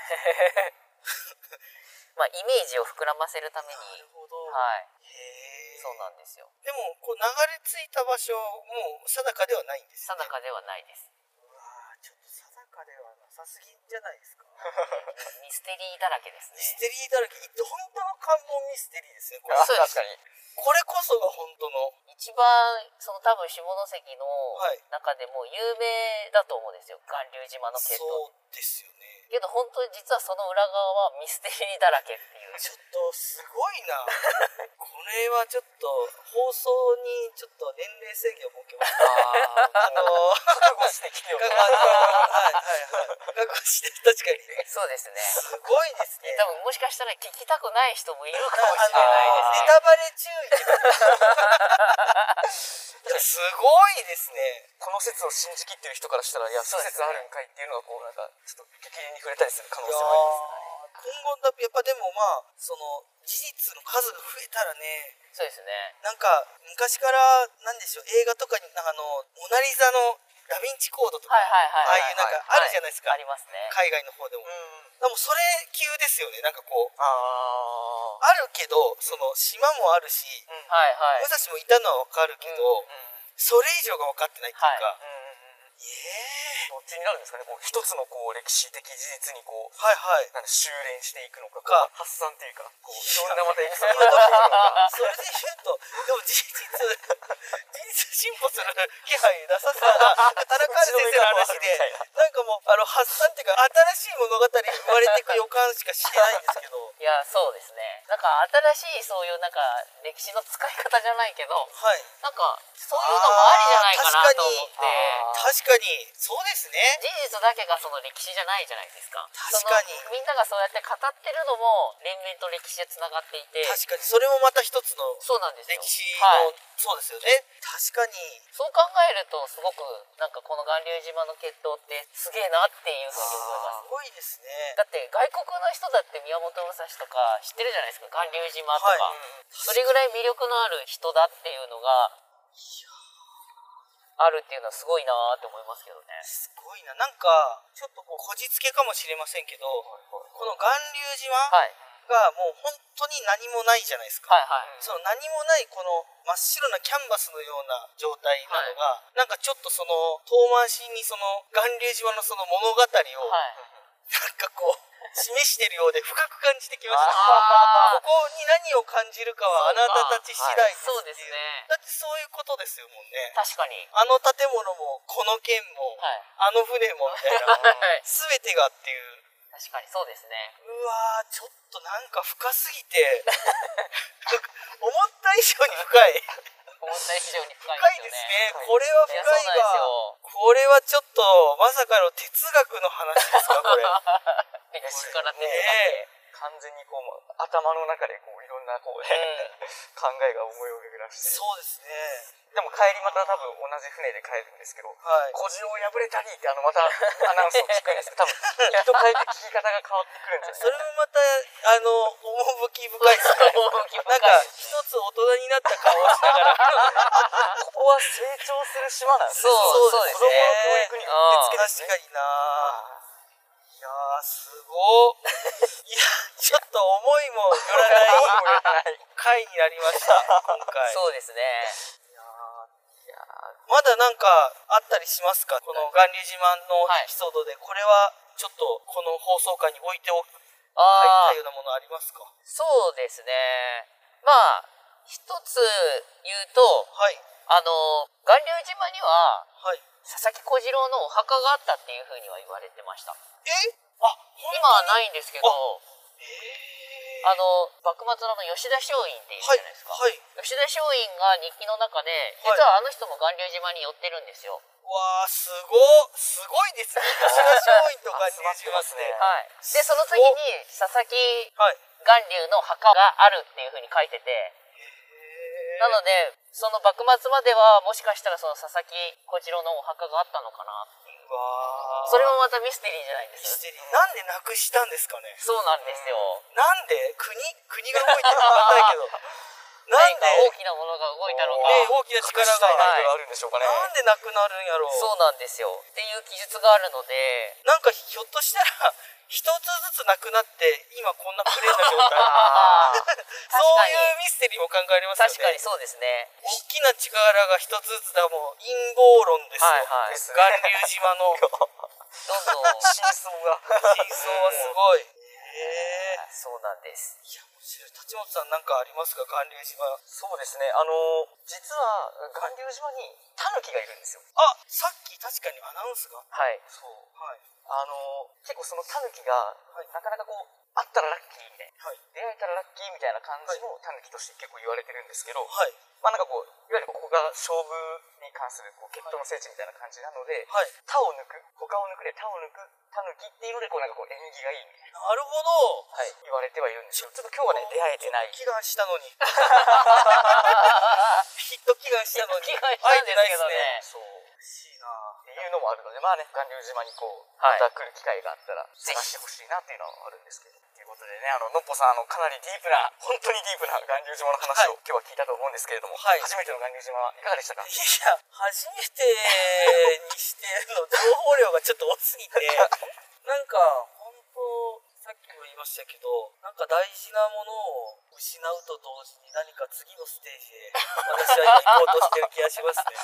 まあイメージを膨らませるために。 なるほど。 そうなんですよ。 でも流れ着いた場所もう定かではないんですよね。 定かではないです。 うわちょっと定かではなさすぎじゃないですか。 ミステリーだらけですね。 ミステリーだらけ。本当の関門ミステリーですね。これ確かに。 これこそが本当の。 一番多分下関の中でも有名だと思うんですよ。巌流島の決闘。 そうですよね。 けど本当に実はその裏側はミステリーだらけっていう。 ちょっとすごいな。これはちょっと放送にちょっと年齢制限を設けます。 覚悟してきてよ。 覚悟して確かに。 そうですね。 すごいですね。 多分もしかしたら聞きたくない人もいるかもしれないですね。 ネタバレ注意。すごいですね。 この説を信じきってる人からしたら、いや、諸説あるんかいっていうのがなんかちょっと激励に触れたりする可能性もありますね。 今後やっぱでも事実の数が増えたらね。 そうですね。 なんか昔からなんでしょう、映画とかにモナリザのダヴィンチコードとか、ああいうなんかあるじゃないですか。 ありますね。 海外の方でも。でもそれ級ですよね。なんかあるけど島もあるし、武蔵もいたのはわかるけど、それ以上が分かってないっていうか。 気になるんですかね。一つの歴史的事実に修練していくのか、発散っていうか、いろんなまたエピソードがそれで言うと、でも事実進歩する気配なさそうな田中先生の話で、なんかもう発散っていうか新しい物語生まれていく予感しかしてないんですけど。 いや、そうですね。なんか新しいそういうなんか歴史の使い方じゃないけど、なんかそういうのもありじゃないかなと思って。 確かにそうですね。 事実だけがその歴史じゃないじゃないですか。 確かにみんながそうやって語ってるのも連綿と歴史でつながっていて、 確かにそれもまた一つのそうなんですよ。 歴史の、そうですよね。確かにそう考えるとすごくなんかこの巌流島の決闘ってすげえなっていうふうに思います。 すごいですね。 だって外国の人だって宮本武蔵とか知ってるじゃないですか。巌流島とか、それぐらい魅力のある人だっていうのがあるっていうのはすごいなって思いますけどね。 すごいな。なんかちょっとこじつけかもしれませんけど、この巌流島がもう本当に何もないじゃないですか。その何もないこの真っ白なキャンバスのような状態なのが、なんかちょっと遠回しに巌流島の物語を、なんか示してるようで深く感じてきました。ここに何を感じるかはあなたたち次第ですっていう。 そうですね。 だってそういうことですよもんね。 確かに。 建物もこの剣も、船もみたいな全てがっていう。 確かにそうですね。 うわー、ちょっとなんか深すぎて思った以上に深い。 思った以上に深いですね。これは深いが、これはちょっとまさかの哲学の話ですかこれ。 歴史から哲学。 完全にこう頭の中でこういろんなこう、考えが思いを巡らして。 そうですね。 でも帰りまた多分同じ船で帰るんですけど、小次郎破れたりってまたアナウンスを聞くんですよ。多分人変えて聞き方が変わってくるんじゃないですか。 それもまた趣深いですね。なんか一つ大人になった顔をしながらここは成長する島なんですね。 そうですね。 子供の教育にうってつけですね。 確かにないやーすごいやちょっと思いもよらない回になりました今回。 そうですね。 まだなんかあったりしますか、この巌流島のエピソードで、これはちょっとこの放送回に置いておきたいようなものありますか？ そうですね。まあ一つ言うと、巌流島には、佐々木小次郎のお墓があったっていうふうには言われてました。今はないんですけど、幕末の吉田松陰っていうじゃないですか。吉田松陰が日記の中で、実はあの人も巌流島に寄ってるんですよ。 わーすごいですね。吉田松陰と巌流島ですね。 でその次に佐々木巌流の墓があるっていうふうに書いてて、なのでその幕末まではもしかしたらその佐々木小次郎のお墓があったのかなっていう。それもまたミステリーじゃないですか。 ミステリー。なんでなくしたんですかね。 そうなんですよ。 なんで国が動いてるのか分かんないけどなんで大きなものが動いたのか、 大きな力があるんでしょうかね。 なんでなくなるんやろう。 そうなんですよっていう記述があるので、 なんかひょっとしたら一つずつなくなって今こんなプレーな状態そういうミステリーも考えられますよね。 確かにそうですね。 大きな力が一つずつだ、もう陰謀論ですよ、巌流島のどんどん真相はすごい。 そうなんです。 いや面白い。立本さんなんかありますか、巌流島。 そうですね、実は巌流島にタヌキがいるんですよ。 さっき確かにアナウンスがそう結構そのタヌキがなかなかこう会ったらラッキーみたいな、出会えたらラッキーみたいな感じのタヌキとして結構言われてるんですけど、なんかこういわゆるここが勝負に関するこう決闘の聖地みたいな感じなので、他を抜く他を抜くで他を抜くタヌキっていうのでこうなんかこう縁起がいいみたいな。 なるほど。 言われてはいるんですよ。ちょっと今日はね出会えてない。 祈願したのに。ヒット祈願したのに。 祈願したんですけどね。 そう。嬉しいなっていうのもあるので、まあね、巌流島にこうまた来る機会があったら探してほしいなっていうのはあるんですけど。ということでね、のっぽさんかなりディープな本当にディープな巌流島の話を今日は聞いたと思うんですけれども、初めての巌流島はいかがでしたか？ いや初めてにしての情報量がちょっと多すぎてなんか本当さっきも言いましたけど、なんか大事なものを失うと同時に何か次のステージへ私は行こうとしてる気がしますね。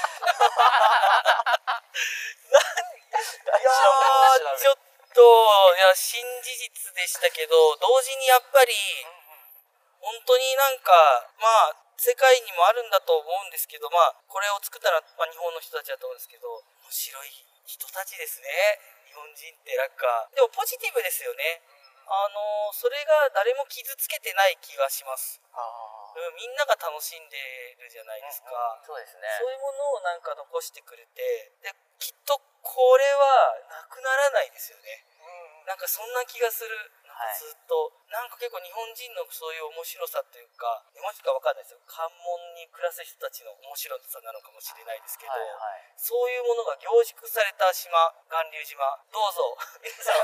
いやちょっと新事実でしたけど、同時にやっぱり本当になんか世界にもあるんだと思うんですけど、これを作ったら、日本の人たちだと思うんですけど、面白い人たちですね、日本人って。なんかでもポジティブですよね。それが誰も傷つけてない気がします。みんなが楽しんでるじゃないですか。 そうですね。 そういうものをなんか残してくれて、できっとこれはなくならないですよね。なんかそんな気がする。ずっとなんか結構日本人のそういう面白さというか、日本人か分かんないですよ、関門に暮らす人たちの面白さなのかもしれないですけど、そういうものが凝縮された島、巌流島、どうぞ皆さん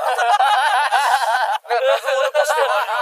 謎を残してもら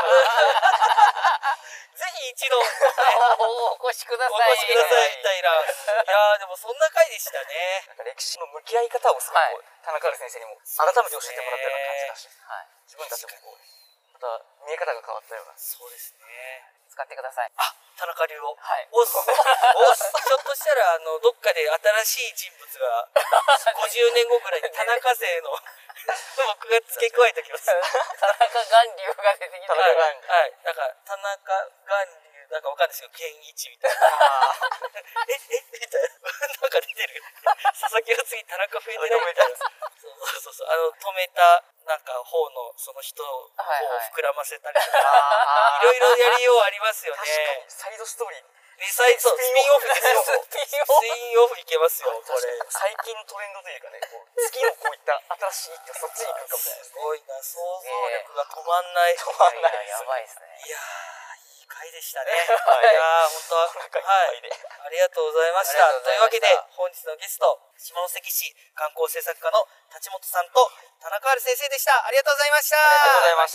ぜひ一度、 お越しください。 お越しくださいみたいな。いやでもそんな回でしたね。 なんか歴史の向き合い方をすごく田中先生にも改めて教えてもらったような感じだし、自分たちもこうまた見え方が変わったような。 そうですね。 使ってください。 田中流を。おっひょっとしたらどっかで新しい人物が50年後ぐらいに田中勢の僕が付け加えておきます。 田中巌流が出てきた。 なんか田中巌流なんかわかんないですけど健一みたいな。みたいな。なんか出てる。佐々木の次田中増えてないみたいな。そう止めたなんか方のその人を膨らませたりとか、いろいろやりようありますよね。 確かにサイドストーリー。 スピンオフですよ。スピンオフいけますよ、これ。 最近のトレンドというかね、次のこういった新しいってそっちに行くかもしれないですね。 すごいな、想像力が止まんない。 止まんないです。 やばいですね。 いやー、いい回でしたね。いやー、本当はい。ありがとうございました。というわけで、本日のゲスト、下関市観光政策課の立本さんと田中春先生でした。ありがとうございました。 ありがとうございました。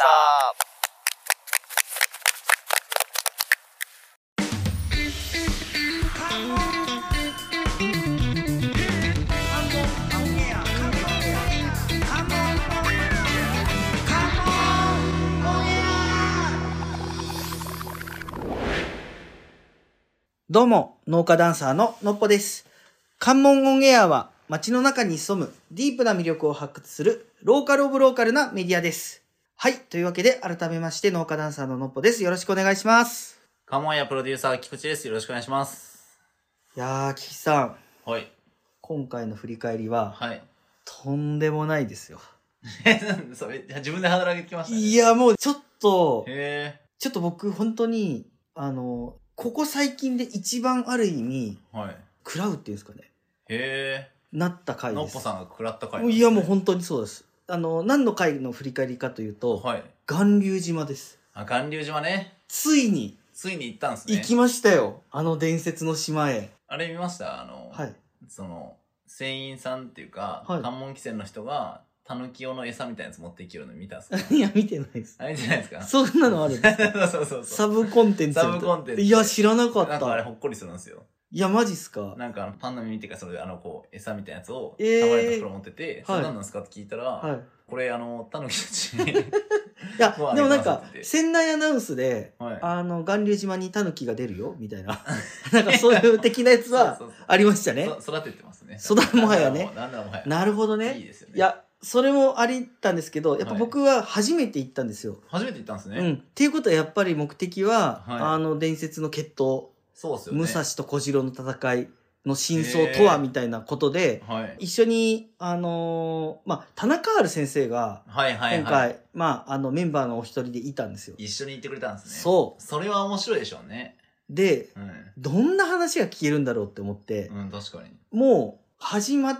どうも、農家ダンサーののっぽです。関門オンエアは街の中に潜むディープな魅力を発掘するローカルオブローカルなメディアです。はい、というわけで改めまして農家ダンサーののっぽです。よろしくお願いします。 関門屋プロデューサー菊池です。よろしくお願いします。 いやー、菊池さん。 はい。 今回の振り返りは、 はい。 とんでもないですよ。 それ自分でハードル上げてきましたね。 いや、もうちょっと、 ちょっと僕本当に、ここ最近で一番ある意味、 はい。 食らうっていうんですかね。なった回です。 のっぽさんが食らった回、ね。 いや、もう本当にそうです。何の回の振り返りかというと、 はい。 巌流島です。 あ、巌流島ね。 ついに行ったんですね。 行きましたよ。伝説の島へ。 あれ見ました？ はい。 船員さんっていうか、 はい、 関門汽船の人が、タヌキ用の餌みたいなやつ持っていけるの見たんですか？ いや、見てないです。 見てないですか？ そんなのあるんですか？ そう。 サブコンテンツ。いや、知らなかった。 なんかあれほっこりするんですよ。 いや、マジっすか？ なんかパンの耳っていうか、それで餌みたいなやつを、たまりの袋持ってて、それ何なんですかって聞いたら、 はい、 これタヌキたちに。 いや、でもなんか、船内アナウンスで、はい、巌流島にタヌキが出るよ、みたいな。なんかそういう的なやつは、ありましたね。 育ててますね。 もはやね。なるほどね。 いいですよね。 いや、それもありったんですけど、やっぱ僕は初めて行ったんですよ。 初めて行ったんですね。 うん。っていうことはやっぱり目的は、伝説の決闘。 そうですよね。 武蔵と小次郎の戦いの真相とはみたいなことで、一緒に、田中春先生が、今回、メンバーのお一人でいたんですよ。 一緒に行ってくれたんですね。 そう。 それは面白いでしょうね。 で、どんな話が聞けるんだろうって思って、 確かに。 もう、始まって、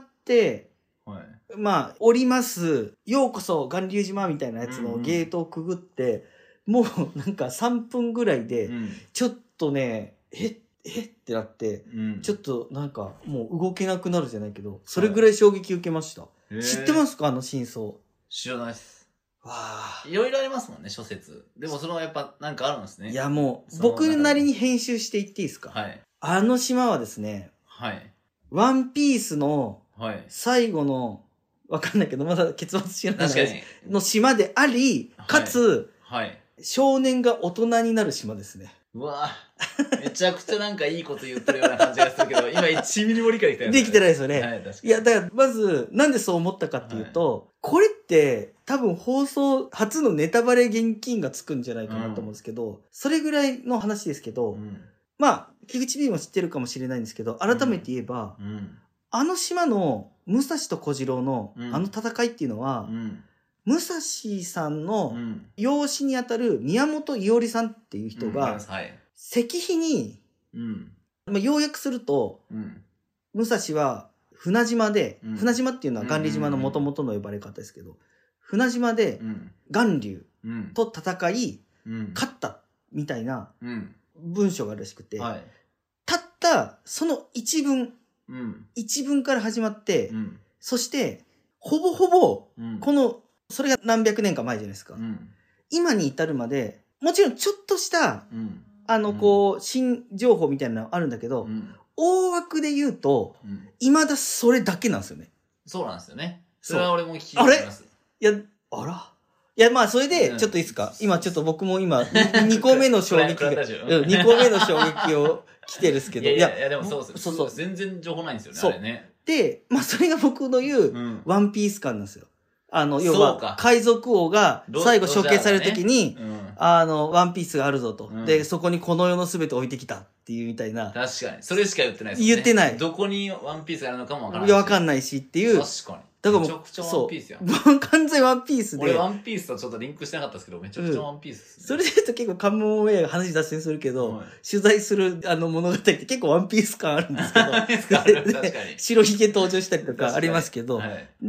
降ります、ようこそ巌流島みたいなやつのゲートをくぐって、もうなんか3分ぐらいで、ちょっとね、ってなって、ちょっとなんかもう動けなくなるじゃないけど、それぐらい衝撃受けました。知ってますか？真相。 知らないです。 わあ。 いろいろありますもんね、諸説。でもやっぱなんかあるんですね。 いやもう、僕なりに編集していっていいですか？ はい。 島はですね、 はい。 ワンピースの最後の、わかんないけど、まだ結末知らないの島であり、かつ、少年が大人になる島ですね。 うわぁ。めちゃくちゃなんかいいこと言ってるような感じがするけど、今1ミリも理解できてない。 できてないですよね。 はい、確かに。 いや、だからまず、なんでそう思ったかっていうと、これって多分放送初のネタバレ現金がつくんじゃないかなと思うんですけど、それぐらいの話ですけど、菊池 B も知ってるかもしれないんですけど、改めて言えば、島の武蔵と小次郎の戦いっていうのは、武蔵さんの養子にあたる宮本伊織さんっていう人が、石碑に、要約すると、武蔵は船島で、船島っていうのは巌流島の元々の呼ばれ方ですけど、船島で巌流と戦い、勝ったみたいな文章があるらしくて、たったその一文から始まって、そしてほぼほぼそれが何百年か前じゃないですか。今に至るまで、もちろんちょっとした、新情報みたいなのあるんだけど、大枠で言うと、未だそれだけなんですよね。 そうなんですよね。それは俺も聞きます。 いや、それで、ちょっといいですか？今ちょっと僕も2個目の衝撃が、2個目の衝撃を来てるんですけど。 いや、でもそうですよ。全然情報ないんですよね、あれね。 で、それが僕の言う、ワンピース感なんですよ。要は、海賊王が最後処刑されるときに、ワンピースがあるぞと。で、そこにこの世のすべて置いてきたっていうみたいな。 確かに。それしか言ってないですね。 言ってない。 どこにワンピースがあるのかもわからない。 いや、わかんないしっていう。 確かに。 だからもう、 めちゃくちゃワンピースやん。 完全ワンピースで。 俺ワンピースとちょっとリンクしてなかったですけど、めちゃくちゃワンピースですね。 それで言うと結構関門ウェイが話脱線するけど、取材する物語って結構ワンピース感あるんですけど。 確かに。 白ひげ登場したりとかありますけど。で、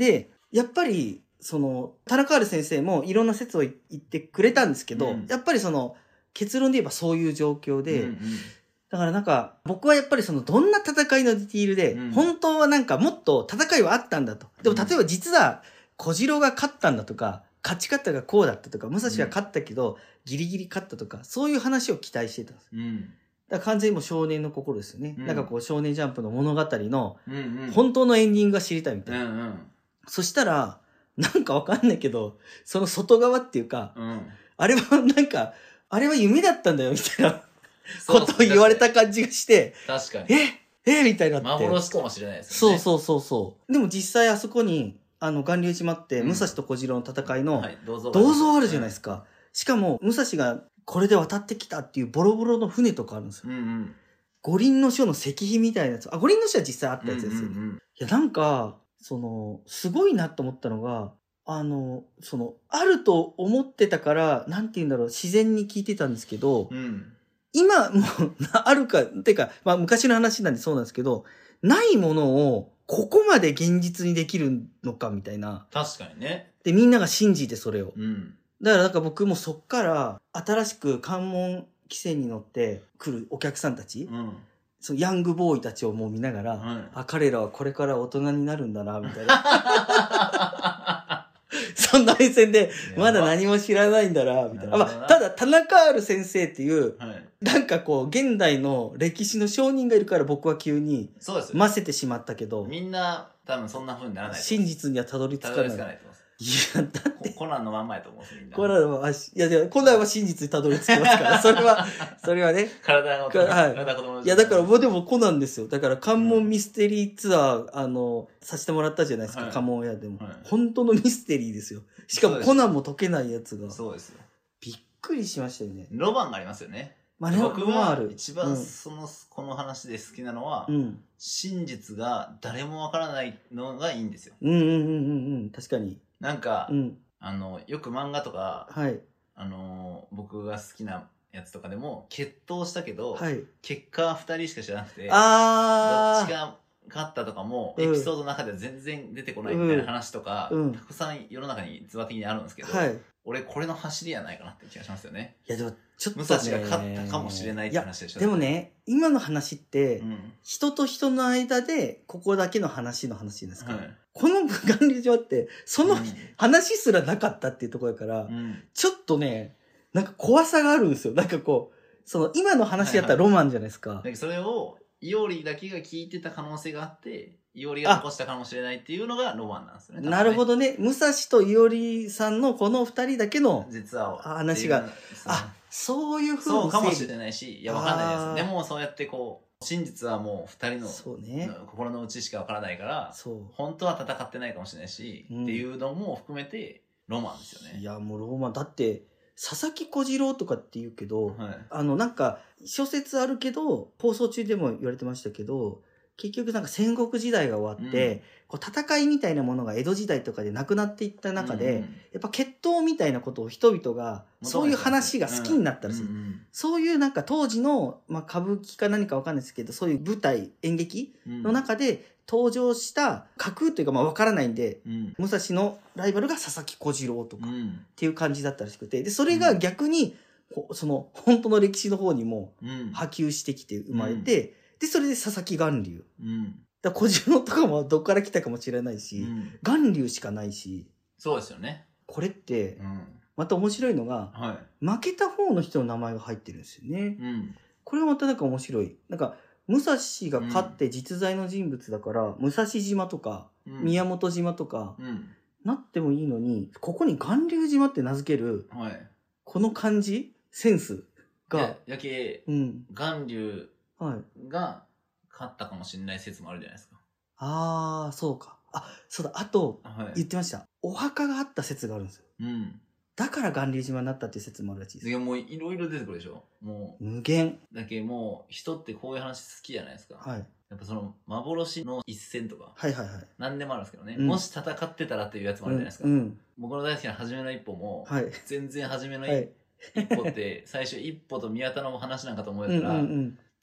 やっぱり、田中ある先生もいろんな説を言ってくれたんですけど、やっぱり結論で言えばそういう状況で、だからなんか、僕はやっぱりどんな戦いのディティールで、本当はなんかもっと戦いはあったんだと。でも例えば実は、小次郎が勝ったんだとか、勝ち方がこうだったとか、武蔵が勝ったけど、ギリギリ勝ったとか、そういう話を期待してたんです。だから完全にもう少年の心ですよね。なんかこう少年ジャンプの物語の、本当のエンディングが知りたいみたいな。そしたら、なんかわかんないけど、その外側っていうか、あれはなんか、あれは夢だったんだよみたいなことを言われた感じがして、 確かに。 みたいになって。 幻かもしれないですね。 そう。でも実際あそこに、巌流島って、武蔵と小次郎の戦いの、銅像あるじゃないですか。しかも、武蔵がこれで渡ってきたっていうボロボロの船とかあるんですよ。五輪の書の石碑みたいなやつ。五輪の書は実際あったやつですよね。いや、なんか、すごいなと思ったのが、あると思ってたから、なんて言うんだろう、自然に聞いてたんですけど、今もあるか、てか、まあ昔の話なんでそうなんですけど、ないものをここまで現実にできるのかみたいな。 確かにね。 で、みんなが信じてそれを。だからなんか僕もそっから新しく関門汽船に乗って来るお客さんたち、そのヤングボーイたちをもう見ながら、彼らはこれから大人になるんだな、みたいな。そんな目線で、まだ何も知らないんだな、みたいな。ただ、田中ある先生っていう、なんかこう、現代の歴史の証人がいるから僕は急に、ませてしまったけど。 みんな、多分そんな風にならない。 真実にはたどり着かない。 たどり着かないと思います。 いや、だって。 コナンのまんまやと思うんです、みんな。 コナンは、コナンは真実にたどり着きますから、それはね。 体の、体子供の。 いや、だからもうでもコナンですよ。だから関門ミステリーツアー、させてもらったじゃないですか、関門屋でも。本当のミステリーですよ。しかもコナンも解けないやつが。 そうですよ。 びっくりしましたよね。 ロマンがありますよね。 まあ、僕が一番この話で好きなのは、真実が誰もわからないのがいいんですよ。 確かに。 なんか、よく漫画とか、僕が好きなやつとかでも、決闘したけど、結果は2人しか知らなくて、どっちが勝ったとかも、エピソードの中では全然出てこないみたいな話とか、たくさん世の中に逸話的にあるんですけど、俺これの走りやないかなって気がしますよね。 いやでもちょっとね、 武蔵が勝ったかもしれないって話でしょ。 でもね、今の話って、人と人の間でここだけの話ですから、この巌流島ってその話すらなかったっていうところだから、ちょっとね、なんか怖さがあるんですよ。なんかこう、今の話やったらロマンじゃないですか。 それをイオリだけが聞いてた可能性があって、イオリが残したかもしれないっていうのがロマンなんですよね。 なるほどね。武蔵とイオリさんのこの二人だけの話が、そういう風にそうかもしれないし、いや、わかんないです。でもそうやってこう、真実はもう二人の心の内しかわからないから、本当は戦ってないかもしれないし、っていうのも含めてロマンですよね。 いや、もうロマン。だって、佐々木小次郎とかって言うけど、なんか、諸説あるけど、放送中でも言われてましたけど、結局なんか戦国時代が終わって、こう戦いみたいなものが江戸時代とかでなくなっていった中で、やっぱ決闘みたいなことを人々が、そういう話が好きになったらしい。そういうなんか当時の、まあ、歌舞伎か何かわかんないですけど、そういう舞台、演劇の中で登場した架空というかまあわからないんで、武蔵のライバルが佐々木小次郎とかっていう感じだったらしくて、で、それが逆に、その本当の歴史の方にも波及してきて生まれて、で、それで佐々木巌流。だ小次郎とかもどっから来たかもしれないし、巌流しかないし。 そうですよね。 これって、また面白いのが、負けた方の人の名前が入ってるんですよね。これはまたなんか面白い。なんか、武蔵が勝って実在の人物だから、武蔵島とか、宮本島とか、なってもいいのに、ここに巌流島って名付ける、この漢字センスが。 やけ、巌流、が勝ったかもしれない説もあるじゃないですか。 ああ、そうか。あ、そうだ。あと、言ってました。お墓があった説があるんですよ。だから巌流島になったっていう説もあるらしいです。 いや、もういろいろ出てくるでしょ。もう。 無限。 だけもう、人ってこういう話好きじゃないですか。やっぱその、幻の一戦とか。何でもあるんですけどね。もし戦ってたらっていうやつもあるじゃないですか。僕の大好きな初めの一歩も、全然初めの一歩って、最初一歩と宮田の話なんかと思えたら、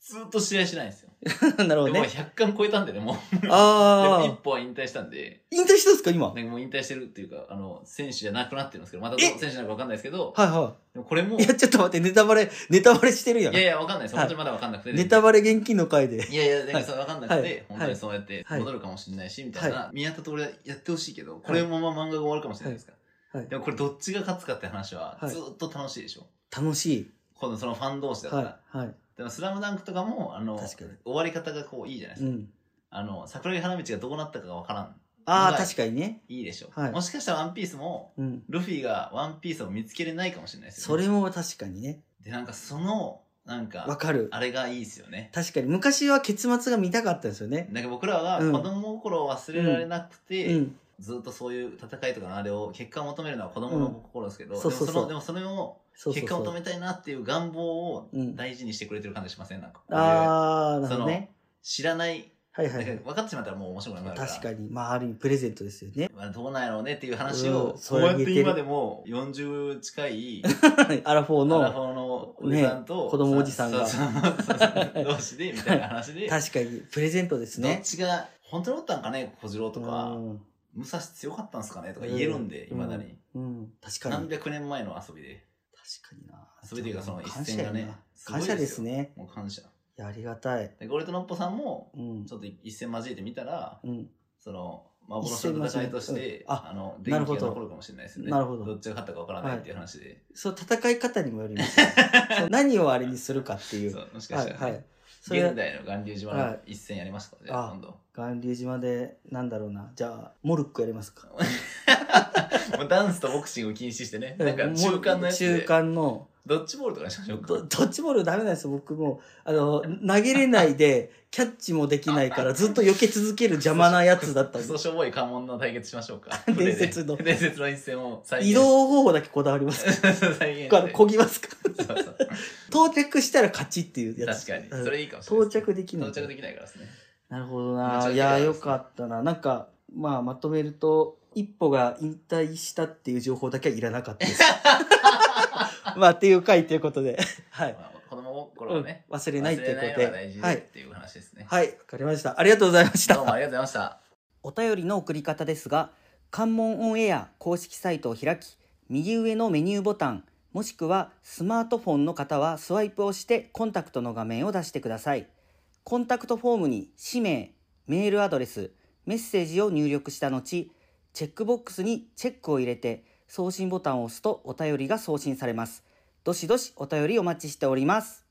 ずっと試合しないんですよ。 なるほどね。 でも100巻超えたんでね、もう。 ああ。 でも一歩は引退したんで。 引退したんですか、今。 もう引退してるっていうか、選手じゃなくなってるんですけど、またどの選手なのかわかんないですけど。 はいはい。 でもこれも。 いや、ちょっと待って、ネタバレしてるやん。 いや、わかんないです。本当にまだわかんなくて。 ネタバレ現金の回で。 いや、わかんなくて、本当にそうやって戻るかもしれないし、みたいな。宮田と俺やってほしいけど、これもまま漫画が終わるかもしれないですから。でもこれどっちが勝つかって話は、ずっと楽しいでしょ。 楽しい。 今度そのファン同士だから。はい。でもスラムダンクとかも、終わり方がこういいじゃないですか。桜木花道がどうなったかがわからん。 ああ、確かにね。 いいでしょ。もしかしたらワンピースも、ルフィがワンピースを見つけれないかもしれないですよね。それも確かにね。 で、わかる。 あれがいいですよね。 確かに。昔は結末が見たかったですよね。 僕らは子供の頃忘れられなくて、ずっとそういう戦いとかあれを、結果を求めるのは子供の心ですけど、でもそれを、結果を求めたいなっていう願望を大事にしてくれてる感じしません？なんか。 ああ、なるほどね。 知らない。 はいはい。 分かってしまったらもう面白くなるから。 確かに。まあ、ある意味プレゼントですよね。 どうなんやろうねっていう話を、こうやって今でも40近い、 アラフォーのおじさんと、 子供おじさんが。 同士で、みたいな話で。 確かに、プレゼントですね。 どっちが、本当におったんかね、小次郎とか。武蔵強かったんすかねとか言えるんで、未だに。 確かに。 何百年前の遊びで。 確かにな。 遊びというかその一戦がね。 感謝ですね。 もう感謝。 いや、ありがたい。 俺とのっぽさんも、ちょっと一戦交えてみたら、その、幻の戦いとして、電気が残るかもしれないですよね。 なるほど。 どっちが勝ったかわからないっていう話で。 そう、戦い方にもよります。何をあれにするかっていう。 そう、もしかしたら。現代の巌流島の一戦やりますか、じゃあ今度。 巌流島で、なんだろうな。じゃあ、モルックやりますか。 もうダンスとボクシングを禁止してね。なんか中間のやつで。 中間の。 ドッジボールとかにしましょうか。 ドッジボールダメなんですよ。僕も投げれないで、キャッチもできないから、ずっと避け続ける邪魔なやつだったんです。 クソしょぼい関門の対決しましょうか。 伝説の一戦を再現。 移動方法だけこだわります。再現。こぎますか。到着したら勝ちっていうやつ。 確かに。それいいかもしれない。 到着できない。 到着できないからですね。 なるほどな。いや、よかったな。なんか、まあ、まとめると、一歩が引退したっていう情報だけはいらなかったです。まあ、っていう回ということで。はい。 子供心をね。 忘れないっていうことで。 大事っていう話ですね。 はい。わかりました。ありがとうございました。 どうもありがとうございました。 お便りの送り方ですが、関門オンエア公式サイトを開き、右上のメニューボタン、もしくはスマートフォンの方はスワイプをしてコンタクトの画面を出してください。コンタクトフォームに氏名、メールアドレス、メッセージを入力した後、チェックボックスにチェックを入れて送信ボタンを押すとお便りが送信されます。どしどしお便りお待ちしております。